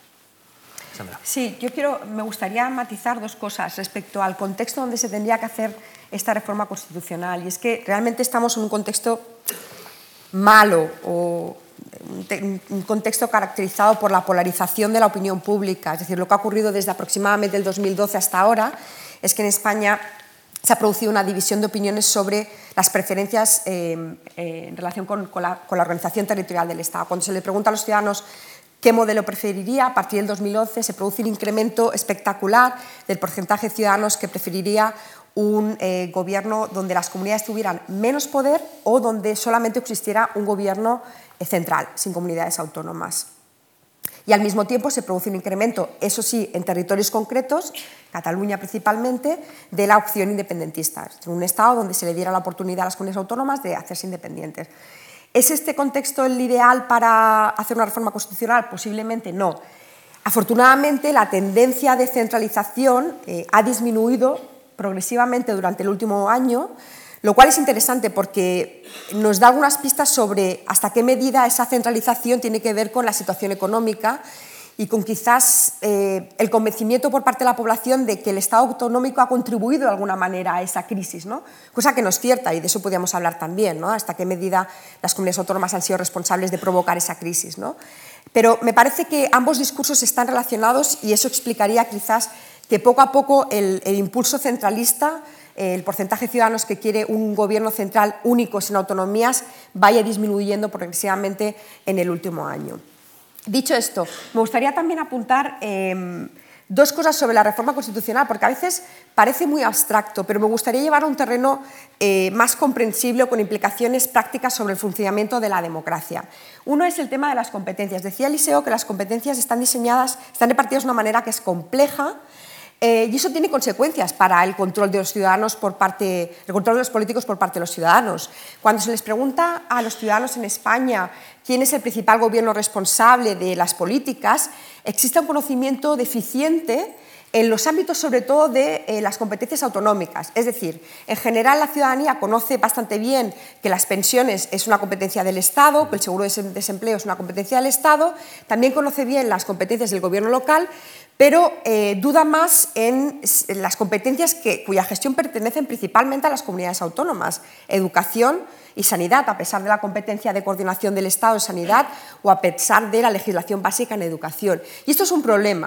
Sí, me gustaría matizar dos cosas respecto al contexto donde se tendría que hacer esta reforma constitucional. Y es que realmente estamos en un contexto malo, o un contexto caracterizado por la polarización de la opinión pública. Es decir, lo que ha ocurrido desde aproximadamente el 2012 hasta ahora es que en España se ha producido una división de opiniones sobre las preferencias en relación con la organización territorial del Estado. Cuando se le pregunta a los ciudadanos qué modelo preferiría, a partir del 2011 se produce un incremento espectacular del porcentaje de ciudadanos que preferiría un gobierno donde las comunidades tuvieran menos poder o donde solamente existiera un gobierno central, sin comunidades autónomas. Y al mismo tiempo se produce un incremento, eso sí, en territorios concretos, Cataluña principalmente, de la opción independentista. Un Estado donde se le diera la oportunidad a las comunidades autónomas de hacerse independientes. ¿Es este contexto el ideal para hacer una reforma constitucional? Posiblemente no. Afortunadamente, la tendencia de centralización ha disminuido progresivamente durante el último año, lo cual es interesante porque nos da algunas pistas sobre hasta qué medida esa centralización tiene que ver con la situación económica y con quizás el convencimiento por parte de la población de que el Estado autonómico ha contribuido de alguna manera a esa crisis, ¿no? Cosa que no es cierta, y de eso podríamos hablar también, ¿no? Hasta qué medida las comunidades autónomas han sido responsables de provocar esa crisis, ¿no? Pero me parece que ambos discursos están relacionados y eso explicaría quizás que poco a poco el impulso centralista el porcentaje de ciudadanos que quiere un gobierno central único sin autonomías vaya disminuyendo progresivamente en el último año. Dicho esto, me gustaría también apuntar dos cosas sobre la reforma constitucional, porque a veces parece muy abstracto, pero me gustaría llevar a un terreno más comprensible, con implicaciones prácticas sobre el funcionamiento de la democracia. Uno es el tema de las competencias. Decía Eliseo que las competencias están repartidas de una manera que es compleja, y eso tiene consecuencias para el control de los ciudadanos el control de los políticos por parte de los ciudadanos. Cuando se les pregunta a los ciudadanos en España quién es el principal gobierno responsable de las políticas, existe un conocimiento deficiente en los ámbitos sobre todo de las competencias autonómicas. Es decir, en general la ciudadanía conoce bastante bien que las pensiones es una competencia del Estado, que el seguro de desempleo es una competencia del Estado, también conoce bien las competencias del gobierno local, pero duda más en las competencias cuya gestión pertenecen principalmente a las comunidades autónomas, educación y sanidad, a pesar de la competencia de coordinación del Estado en sanidad o a pesar de la legislación básica en educación. Y esto es un problema.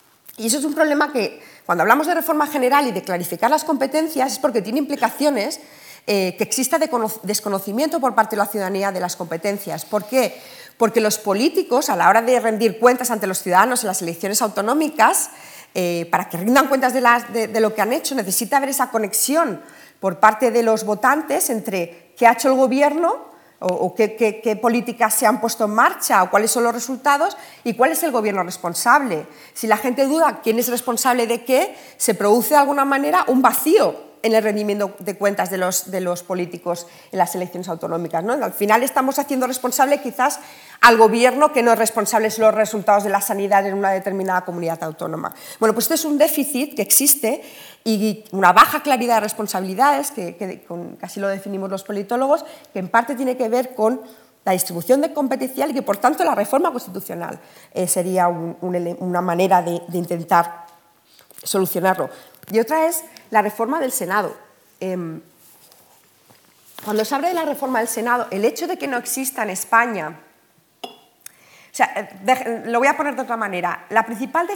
Y eso es un problema que, cuando hablamos de reforma general y de clarificar las competencias, es porque tiene implicaciones que exista desconocimiento por parte de la ciudadanía de las competencias. ¿Por qué? Porque los políticos, a la hora de rendir cuentas ante los ciudadanos en las elecciones autonómicas, para que rindan cuentas de lo que han hecho, necesita haber esa conexión por parte de los votantes entre qué ha hecho el gobierno o qué políticas se han puesto en marcha o cuáles son los resultados y cuál es el gobierno responsable. Si la gente duda quién es responsable de qué, se produce de alguna manera un vacío en el rendimiento de cuentas de los políticos en las elecciones autonómicas, ¿no? Al final estamos haciendo responsable quizás al gobierno que no es responsable de los resultados de la sanidad en una determinada comunidad autónoma. Bueno, pues este es un déficit que existe y una baja claridad de responsabilidades, que así lo definimos los politólogos, que en parte tiene que ver con la distribución de competencial y que por tanto la reforma constitucional sería una manera de intentar solucionarlo. Y otra es la reforma del Senado. Cuando se habla de la reforma del Senado, el hecho de que no exista en España, lo voy a poner de otra manera, una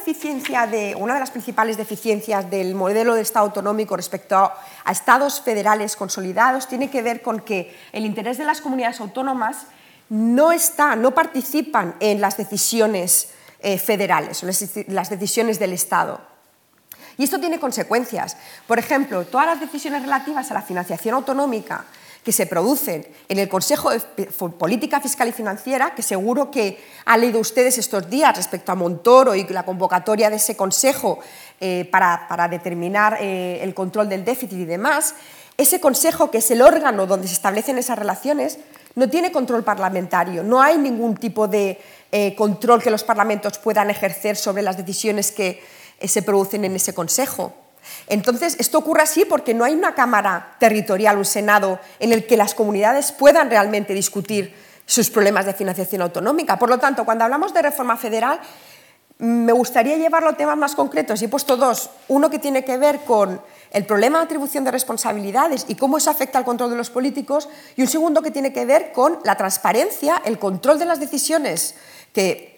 de las principales deficiencias del modelo de Estado autonómico respecto a estados federales consolidados tiene que ver con que el interés de las comunidades autónomas no participan en las decisiones federales, las decisiones del Estado. Y esto tiene consecuencias. Por ejemplo, todas las decisiones relativas a la financiación autonómica que se producen en el Consejo de Política Fiscal y Financiera, que seguro que han leído ustedes estos días respecto a Montoro y la convocatoria de ese Consejo para determinar el control del déficit y demás, ese Consejo, que es el órgano donde se establecen esas relaciones, no tiene control parlamentario, no hay ningún tipo de control que los parlamentos puedan ejercer sobre las decisiones que se producen en ese Consejo. Entonces, esto ocurre así porque no hay una Cámara territorial, un Senado, en el que las comunidades puedan realmente discutir sus problemas de financiación autonómica. Por lo tanto, cuando hablamos de reforma federal, me gustaría llevarlo a temas más concretos. Y he puesto dos. Uno que tiene que ver con el problema de atribución de responsabilidades y cómo eso afecta al control de los políticos, y un segundo que tiene que ver con la transparencia, el control de las decisiones que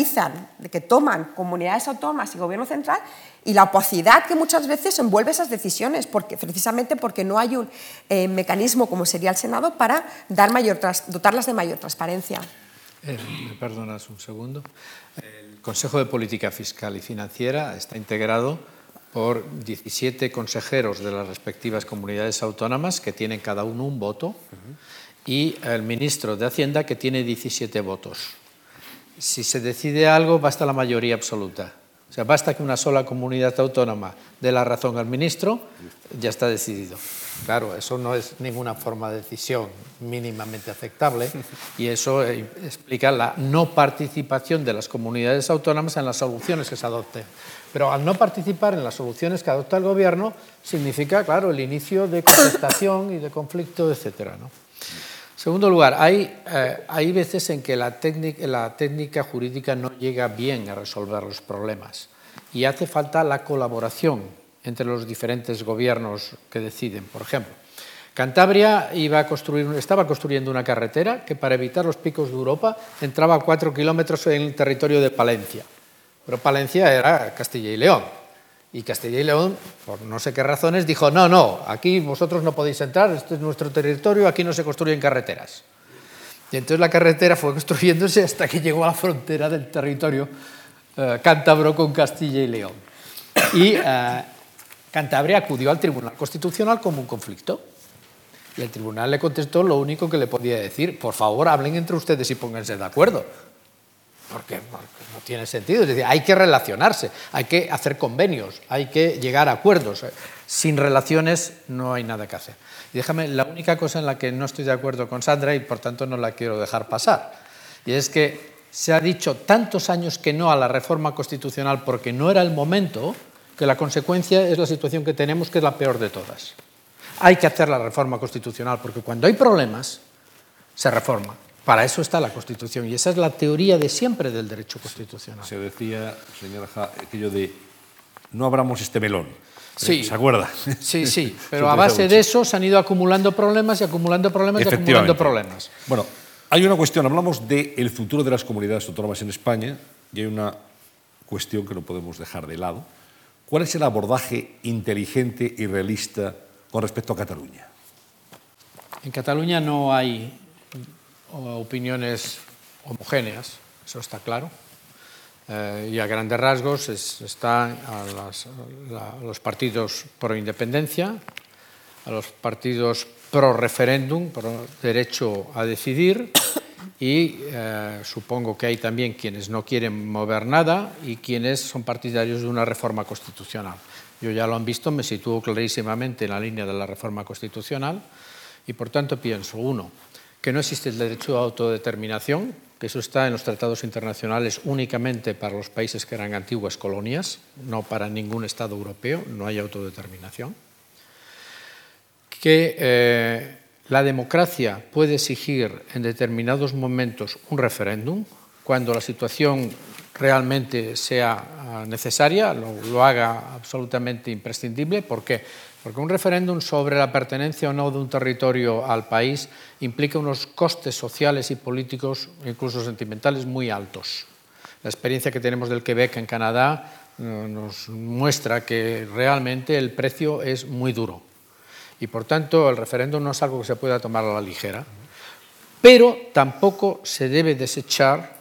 toman comunidades autónomas y gobierno central, y la opacidad que muchas veces envuelve esas decisiones, precisamente porque no hay un mecanismo como sería el Senado para dotarlas de mayor transparencia. ¿Me perdonas un segundo? El Consejo de Política Fiscal y Financiera está integrado por 17 consejeros de las respectivas comunidades autónomas que tienen cada uno un voto, y el ministro de Hacienda, que tiene 17 votos. Si se decide algo, basta la mayoría absoluta. O sea, basta que una sola comunidad autónoma dé la razón al ministro, ya está decidido. Claro, eso no es ninguna forma de decisión mínimamente aceptable, y eso explica la no participación de las comunidades autónomas en las soluciones que se adopten. Pero al no participar en las soluciones que adopta el gobierno, significa, claro, el inicio de contestación y de conflicto, etcétera, ¿no? En segundo lugar, hay veces en que la técnica jurídica no llega bien a resolver los problemas y hace falta la colaboración entre los diferentes gobiernos que deciden. Por ejemplo, Cantabria estaba construyendo una carretera que, para evitar los picos de Europa, entraba a 4 kilómetros en el territorio de Palencia. Pero Palencia era Castilla y León. Y Castilla y León, por no sé qué razones, dijo, no, no, aquí vosotros no podéis entrar, este es nuestro territorio, aquí no se construyen carreteras. Y entonces la carretera fue construyéndose hasta que llegó a la frontera del territorio cántabro con Castilla y León. Y Cantabria acudió al Tribunal Constitucional como un conflicto. Y el tribunal le contestó lo único que le podía decir, por favor, hablen entre ustedes y pónganse de acuerdo. Porque no tiene sentido. Es decir, hay que relacionarse, hay que hacer convenios, hay que llegar a acuerdos. Sin relaciones no hay nada que hacer. Y déjame, la única cosa en la que no estoy de acuerdo con Sandra, y por tanto no la quiero dejar pasar, y es que se ha dicho tantos años que no a la reforma constitucional porque no era el momento, que la consecuencia es la situación que tenemos, que es la peor de todas. Hay que hacer la reforma constitucional porque cuando hay problemas se reforma. Para eso está la Constitución y esa es la teoría de siempre del derecho constitucional. Se decía, señora Ja, aquello de no abramos este melón. Sí. ¿Se acuerda? Sí, sí, pero a base de eso se han ido acumulando problemas y acumulando problemas y acumulando problemas. Bueno, hay una cuestión, hablamos del futuro de las comunidades autónomas en España y hay una cuestión que no podemos dejar de lado. ¿Cuál es el abordaje inteligente y realista con respecto a Cataluña? En Cataluña no hay opiniones homogéneas, eso está claro. Y a grandes rasgos están a los partidos pro independencia, a los partidos pro referéndum, pro derecho a decidir, y supongo que hay también quienes no quieren mover nada y quienes son partidarios de una reforma constitucional. Yo ya lo han visto, me sitúo clarísimamente en la línea de la reforma constitucional y por tanto pienso, uno, que no existe el derecho a autodeterminación, que eso está en los tratados internacionales únicamente para los países que eran antiguas colonias, no para ningún Estado europeo, no hay autodeterminación. Que la democracia puede exigir en determinados momentos un referéndum, cuando la situación realmente sea necesaria, lo haga absolutamente imprescindible. ¿Por qué? Porque un referéndum sobre la pertenencia o no de un territorio al país implica unos costes sociales y políticos, incluso sentimentales, muy altos. La experiencia que tenemos del Quebec en Canadá nos muestra que realmente el precio es muy duro. Y por tanto el referéndum no es algo que se pueda tomar a la ligera, pero tampoco se debe desechar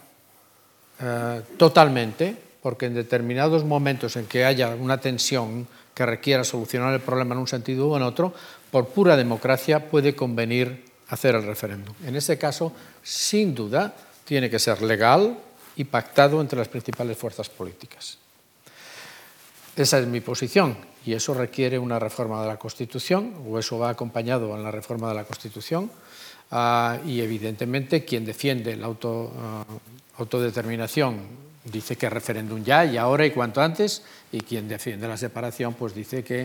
totalmente, porque en determinados momentos en que haya una tensión que requiera solucionar el problema en un sentido u en otro, por pura democracia puede convenir hacer el referéndum. En ese caso, sin duda, tiene que ser legal y pactado entre las principales fuerzas políticas. Esa es mi posición y eso requiere una reforma de la Constitución, o eso va acompañado en la reforma de la Constitución, y evidentemente quien defiende la autodeterminación dice que referéndum ya y ahora y cuanto antes, y quien defiende la separación pues dice que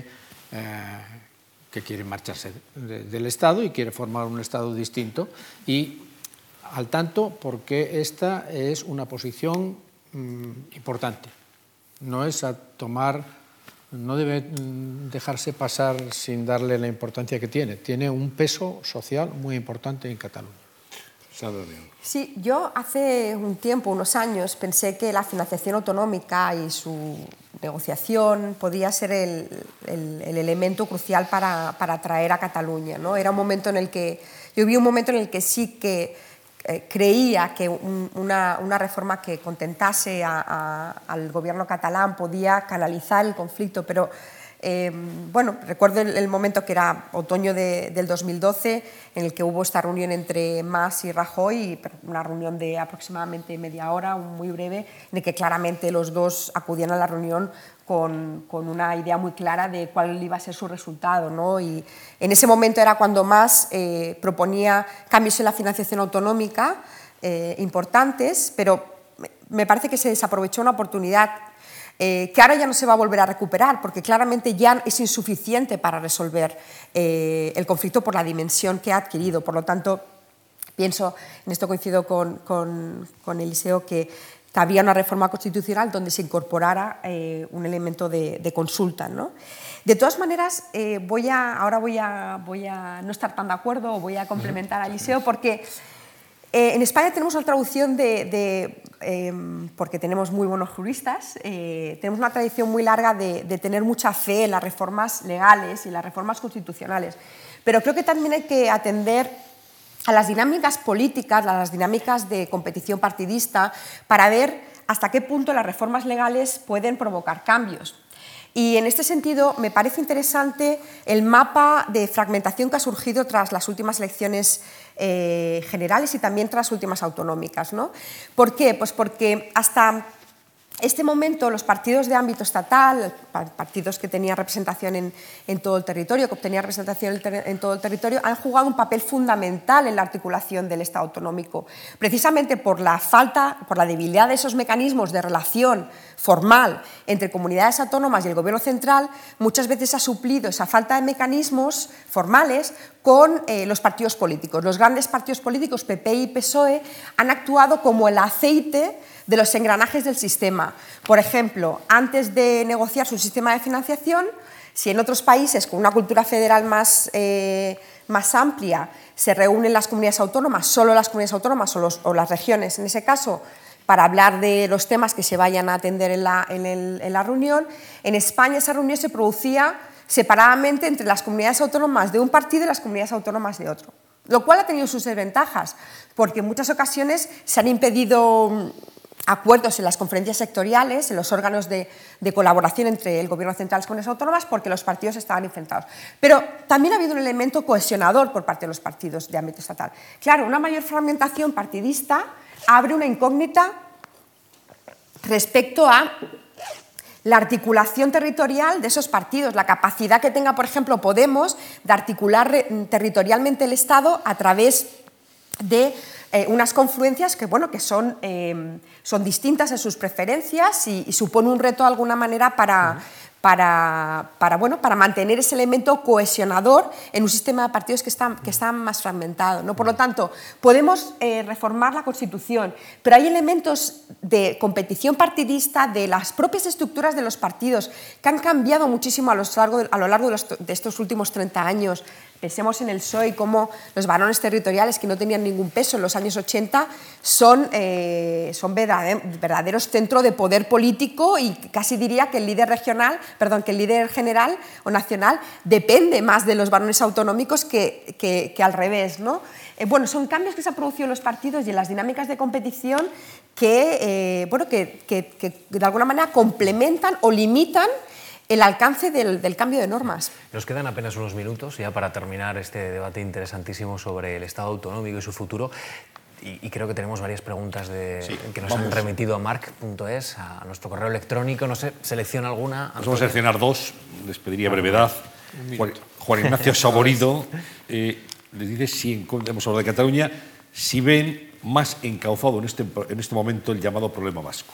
quiere marcharse del Estado y quiere formar un Estado distinto, y al tanto porque esta es una posición importante. No es a tomar, no debe dejarse pasar sin darle la importancia que tiene. Tiene un peso social muy importante en Cataluña. Sí, yo hace un tiempo, unos años, pensé que la financiación autonómica y su negociación podía ser el elemento crucial para atraer a Cataluña, ¿no? Era un momento en el que, yo vi un momento en el que sí que creía que una reforma que contentase al gobierno catalán podía canalizar el conflicto, pero bueno, recuerdo el momento que era otoño del 2012 en el que hubo esta reunión entre Mas y Rajoy, una reunión de aproximadamente media hora, muy breve, en el que claramente los dos acudían a la reunión con una idea muy clara de cuál iba a ser su resultado, ¿no? Y en ese momento era cuando Mas proponía cambios en la financiación autonómica importantes, pero me parece que se desaprovechó una oportunidad que ahora ya no se va a volver a recuperar, porque claramente ya es insuficiente para resolver el conflicto por la dimensión que ha adquirido. Por lo tanto, pienso, en esto coincido con Eliseo, que había una reforma constitucional donde se incorporara un elemento de consulta, ¿no? De todas maneras, ahora voy a no estar tan de acuerdo, o voy a complementar a Eliseo, porque en España tenemos una traducción de porque tenemos muy buenos juristas, tenemos una tradición muy larga de tener mucha fe en las reformas legales y las reformas constitucionales. Pero creo que también hay que atender a las dinámicas políticas, a las dinámicas de competición partidista, para ver hasta qué punto las reformas legales pueden provocar cambios. Y en este sentido me parece interesante el mapa de fragmentación que ha surgido tras las últimas elecciones generales y también tras las últimas autonómicas, ¿no? ¿Por qué? Pues porque hasta este momento los partidos de ámbito estatal, partidos que tenían representación en todo el territorio, que obtenían representación en todo el territorio, han jugado un papel fundamental en la articulación del Estado autonómico, precisamente por la debilidad de esos mecanismos de relación formal entre comunidades autónomas y el Gobierno central. Muchas veces ha suplido esa falta de mecanismos formales con los partidos políticos. Los grandes partidos políticos, PP y PSOE, han actuado como el aceite de los engranajes del sistema. Por ejemplo, antes de negociar su sistema de financiación, si en otros países con una cultura federal más amplia se reúnen las comunidades autónomas, solo las comunidades autónomas o las regiones, en ese caso, para hablar de los temas que se vayan a atender en la reunión, en España esa reunión se producía separadamente entre las comunidades autónomas de un partido y las comunidades autónomas de otro, lo cual ha tenido sus desventajas, porque en muchas ocasiones se han impedido acuerdos en las conferencias sectoriales, en los órganos de colaboración entre el Gobierno central y las comunidades autónomas, porque los partidos estaban enfrentados. Pero también ha habido un elemento cohesionador por parte de los partidos de ámbito estatal. Claro, una mayor fragmentación partidista abre una incógnita respecto a la articulación territorial de esos partidos, la capacidad que tenga, por ejemplo, Podemos de articular territorialmente el Estado a través de unas confluencias que, bueno, que son distintas en sus preferencias y supone un reto de alguna manera para mantener ese elemento cohesionador en un sistema de partidos que está más fragmentado, ¿no? Por lo tanto, podemos reformar la Constitución, pero hay elementos de competición partidista de las propias estructuras de los partidos que han cambiado muchísimo a lo largo de estos últimos 30 años. Pensemos en el PSOE y cómo los varones territoriales que no tenían ningún peso en los años 80 son verdaderos centros de poder político, y casi diría que el líder general o nacional depende más de los varones autonómicos que al revés, ¿no? Son cambios que se han producido en los partidos y en las dinámicas de competición que de alguna manera complementan o limitan el alcance del cambio de normas. Nos quedan apenas unos minutos ya para terminar este debate interesantísimo sobre el Estado autonómico y su futuro. Y creo que tenemos varias preguntas que nos han remitido a marc.es, a nuestro correo electrónico. No sé, ¿selecciona alguna? Vamos a seleccionar dos, les pediría brevedad. Juan Ignacio Saborido les dice, si hemos hablado de Cataluña, si ven más encauzado en este momento el llamado problema vasco.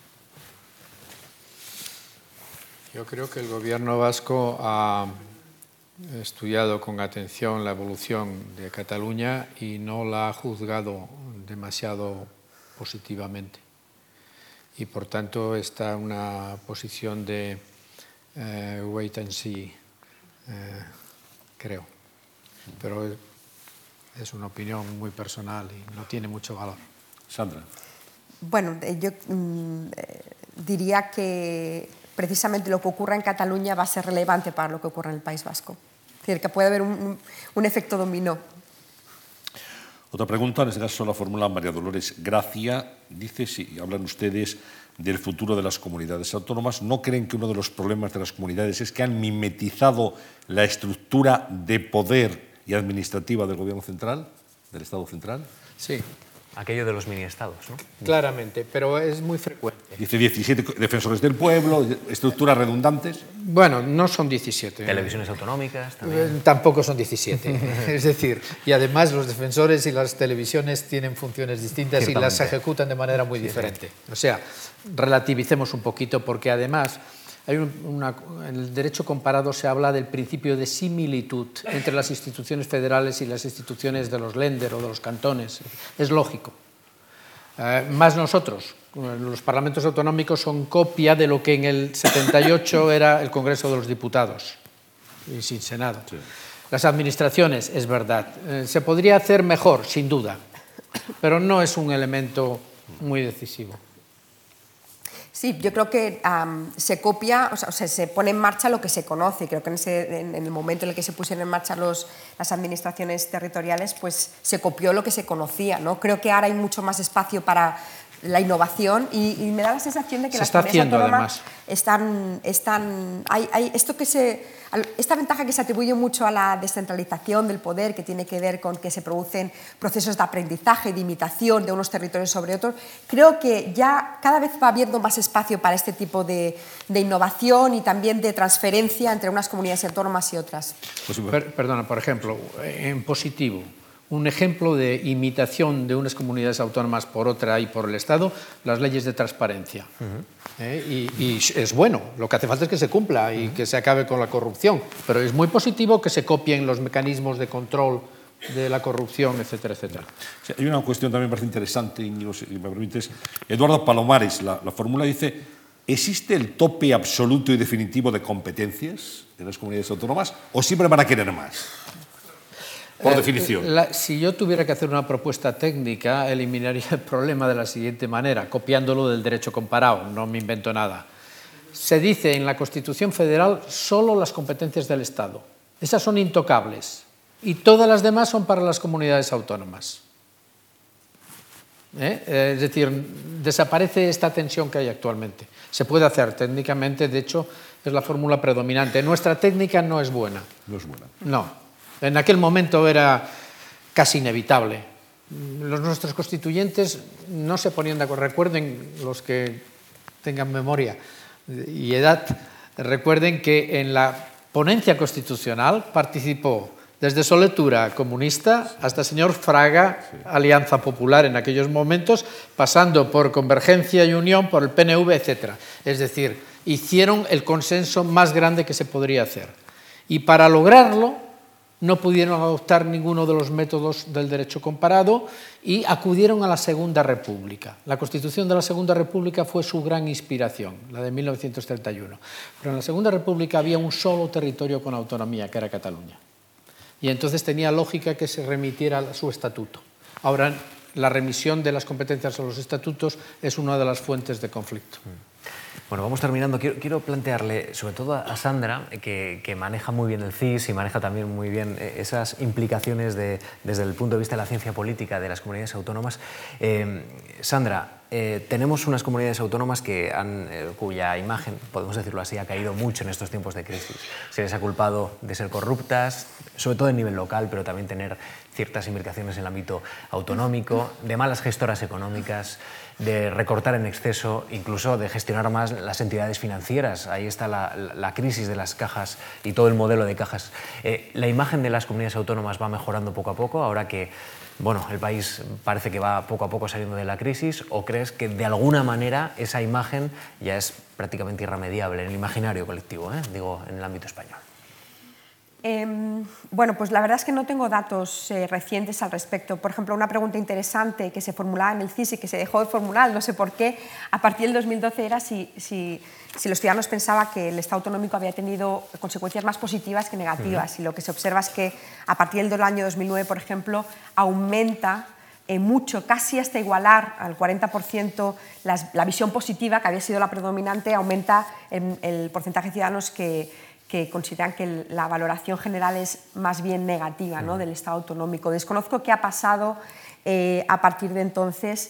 Yo creo que el Gobierno vasco ha estudiado con atención la evolución de Cataluña y no la ha juzgado demasiado positivamente. Y por tanto está en una posición de wait and see, creo. Pero es una opinión muy personal y no tiene mucho valor. Sandra. Bueno, yo diría que precisamente lo que ocurra en Cataluña va a ser relevante para lo que ocurra en el País Vasco. Es decir, que puede haber un efecto dominó. Otra pregunta, en este caso la formula María Dolores Gracia. Dice, si hablan ustedes del futuro de las comunidades autónomas, ¿no creen que uno de los problemas de las comunidades es que han mimetizado la estructura de poder y administrativa del Gobierno central, del Estado central? Sí. Aquello de los mini-estados, ¿no? Claramente, pero es muy frecuente. Dice 17 defensores del pueblo, estructuras redundantes. Bueno, no son 17. Televisiones autonómicas también. Tampoco son 17. Es decir, y además los defensores y las televisiones tienen funciones distintas y las ejecutan de manera muy diferente. O sea, relativicemos un poquito, porque además en el derecho comparado se habla del principio de similitud entre las instituciones federales y las instituciones de los Länder o de los cantones. Es lógico. Más nosotros, los parlamentos autonómicos son copia de lo que en el 78 era el Congreso de los Diputados, y sin Senado. Sí. Las administraciones, es verdad, se podría hacer mejor, sin duda, pero no es un elemento muy decisivo. Sí, yo creo que se copia, o sea, se pone en marcha lo que se conoce. Creo que en el momento en el que se pusieron en marcha las administraciones territoriales, pues se copió lo que se conocía, ¿no? Creo que ahora hay mucho más espacio para la innovación y me da la sensación de que las comunidades autónomas esta ventaja que se atribuye mucho a la descentralización del poder, que tiene que ver con que se producen procesos de aprendizaje, de imitación de unos territorios sobre otros. Creo que ya cada vez va habiendo más espacio para este tipo de innovación y también de transferencia entre unas comunidades autónomas y otras. Perdona, por ejemplo, en positivo, un ejemplo de imitación de unas comunidades autónomas por otra y por el Estado, las leyes de transparencia. Y es bueno, lo que hace falta es que se cumpla y que se acabe con la corrupción, pero es muy positivo que se copien los mecanismos de control de la corrupción, etcétera, etcétera. Sí, hay una cuestión también bastante interesante, Íñigo, si me permites. Eduardo Palomares, la fórmula dice: ¿existe el tope absoluto y definitivo de competencias en las comunidades autónomas o siempre van a querer más? Por definición. Si yo tuviera que hacer una propuesta técnica, eliminaría el problema de la siguiente manera, copiándolo del derecho comparado, no me invento nada. Se dice en la Constitución Federal solo las competencias del Estado. Esas son intocables y todas las demás son para las comunidades autónomas. Es decir, desaparece esta tensión que hay actualmente. Se puede hacer técnicamente, de hecho, es la fórmula predominante. Nuestra técnica no es buena. No es buena. No. En aquel momento era casi inevitable. Nuestros constituyentes no se ponían de acuerdo. Recuerden, los que tengan memoria y edad, recuerden que en la ponencia constitucional participó desde Soletura, comunista, hasta el señor Fraga, Alianza Popular en aquellos momentos, pasando por Convergencia y Unión, por el PNV, etc. Es decir, hicieron el consenso más grande que se podría hacer. Y para lograrlo, no pudieron adoptar ninguno de los métodos del derecho comparado y acudieron a la Segunda República. La Constitución de la Segunda República fue su gran inspiración, la de 1931. Pero en la Segunda República había un solo territorio con autonomía, que era Cataluña. Y entonces tenía lógica que se remitiera a su estatuto. Ahora, la remisión de las competencias a los estatutos es una de las fuentes de conflicto. Bueno, vamos terminando. Quiero plantearle, sobre todo a Sandra, que maneja muy bien el CIS y maneja también muy bien esas implicaciones desde el punto de vista de la ciencia política de las comunidades autónomas. Sandra, tenemos unas comunidades autónomas cuya imagen, podemos decirlo así, ha caído mucho en estos tiempos de crisis. Se les ha culpado de ser corruptas, sobre todo a nivel local, pero también tener ciertas implicaciones en el ámbito autonómico, de malas gestoras económicas, de recortar en exceso, incluso de gestionar más las entidades financieras. Ahí está la crisis de las cajas y todo el modelo de cajas. ¿La imagen de las comunidades autónomas va mejorando poco a poco, ahora que el país parece que va poco a poco saliendo de la crisis, o crees que de alguna manera esa imagen ya es prácticamente irremediable en el imaginario colectivo, digo, en el ámbito español? Bueno, pues la verdad es que no tengo datos recientes al respecto. Por ejemplo, una pregunta interesante que se formulaba en el CIS y que se dejó de formular, no sé por qué, a partir del 2012 era si los ciudadanos pensaban que el Estado autonómico había tenido consecuencias más positivas que negativas. Y lo que se observa es que a partir del año 2009, por ejemplo, aumenta mucho, casi hasta igualar al 40% la visión positiva, que había sido la predominante, aumenta el porcentaje de ciudadanos que consideran que la valoración general es más bien negativa, ¿no?, del Estado autonómico. Desconozco qué ha pasado a partir de entonces,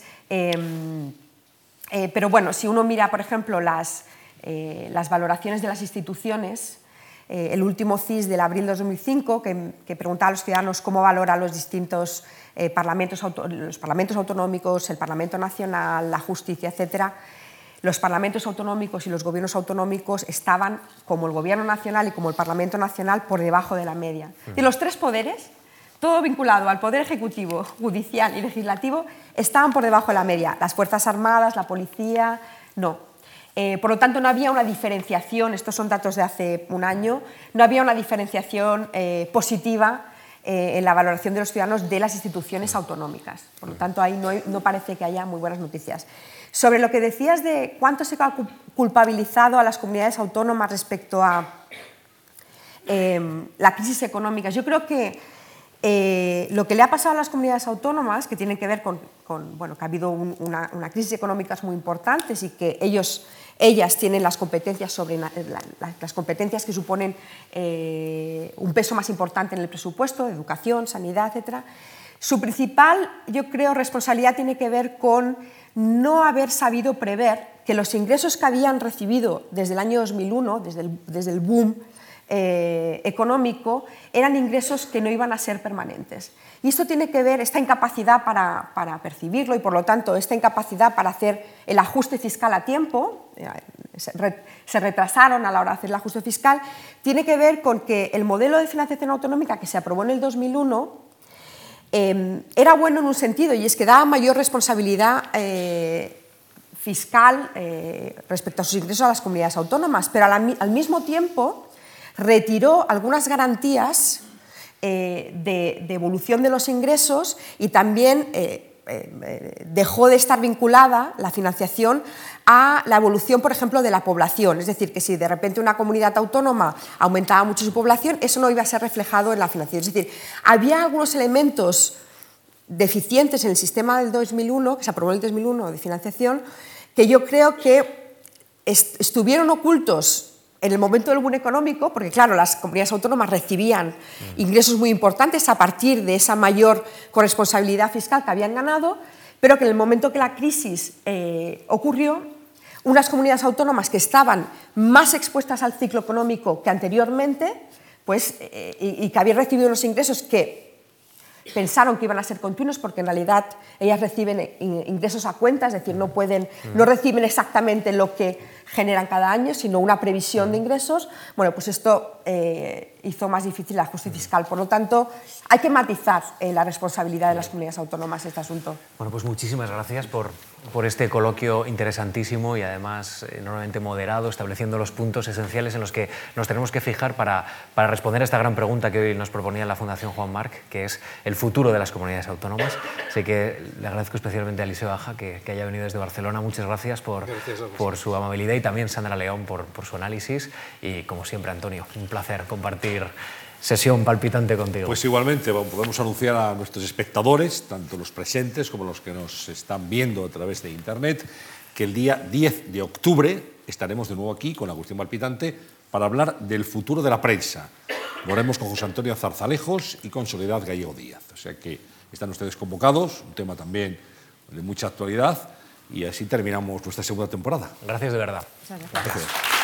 pero bueno, si uno mira, por ejemplo, las valoraciones de las instituciones, el último CIS del abril de 2005, que preguntaba a los ciudadanos cómo valoran los distintos los parlamentos autonómicos, el Parlamento Nacional, la justicia, etcétera. Los parlamentos autonómicos y los gobiernos autonómicos estaban, como el Gobierno Nacional y como el Parlamento Nacional, por debajo de la media. Y los tres poderes, todo vinculado al poder ejecutivo, judicial y legislativo, estaban por debajo de la media. Las Fuerzas Armadas, la policía, no. Por lo tanto, no había una diferenciación, estos son datos de hace un año, no había una diferenciación positiva en la valoración de los ciudadanos de las instituciones autonómicas. Por lo tanto, ahí no parece que haya muy buenas noticias. Sobre lo que decías de cuánto se ha culpabilizado a las comunidades autónomas respecto a la crisis económica, yo creo que Lo que le ha pasado a las comunidades autónomas, que tiene que ver con bueno, que ha habido una crisis económica muy importante y que ellas tienen las competencias sobre las competencias que suponen un peso más importante en el presupuesto, educación, sanidad, etc. Su principal, yo creo, responsabilidad tiene que ver con no haber sabido prever que los ingresos que habían recibido desde el año 2001, desde el boom económico, eran ingresos que no iban a ser permanentes. Y esto tiene que ver, esta incapacidad para percibirlo y, por lo tanto, esta incapacidad para hacer el ajuste fiscal a tiempo, se retrasaron a la hora de hacer el ajuste fiscal, tiene que ver con que el modelo de financiación autonómica que se aprobó en el 2001 era bueno en un sentido, y es que daba mayor responsabilidad fiscal respecto a sus ingresos a las comunidades autónomas, pero al mismo tiempo retiró algunas garantías de evolución de los ingresos y también dejó de estar vinculada la financiación a la evolución, por ejemplo, de la población. Es decir, que si de repente una comunidad autónoma aumentaba mucho su población, eso no iba a ser reflejado en la financiación. Es decir, había algunos elementos deficientes en el sistema del 2001, que se aprobó en el 2001 de financiación, que yo creo que estuvieron ocultos en el momento del boom económico, porque claro, las comunidades autónomas recibían ingresos muy importantes a partir de esa mayor corresponsabilidad fiscal que habían ganado, pero que en el momento que la crisis ocurrió, unas comunidades autónomas que estaban más expuestas al ciclo económico que anteriormente, pues, y que habían recibido unos ingresos que pensaron que iban a ser continuos, porque en realidad ellas reciben ingresos a cuenta, es decir, no reciben exactamente lo que generan cada año, sino una previsión de ingresos. Bueno, pues esto hizo más difícil el ajuste fiscal. Por lo tanto, hay que matizar la responsabilidad de las comunidades autónomas en este asunto. Bueno, pues muchísimas gracias por este coloquio interesantísimo y además enormemente moderado, estableciendo los puntos esenciales en los que nos tenemos que fijar para responder a esta gran pregunta que hoy nos proponía la Fundación Juan March, que es el futuro de las comunidades autónomas. Así que le agradezco especialmente a Eliseo Aja que haya venido desde Barcelona. Muchas gracias por su amabilidad, y también Sandra León por su análisis. Y como siempre, Antonio, un placer compartir sesión palpitante contigo. Pues igualmente podemos anunciar a nuestros espectadores, tanto los presentes como los que nos están viendo a través de Internet, que el día 10 de octubre estaremos de nuevo aquí con la cuestión palpitante para hablar del futuro de la prensa. Lo haremos con José Antonio Zarzalejos y con Soledad Gallego Díaz. O sea que están ustedes convocados, un tema también de mucha actualidad, y así terminamos nuestra segunda temporada. Gracias de verdad. Muchas gracias. Gracias.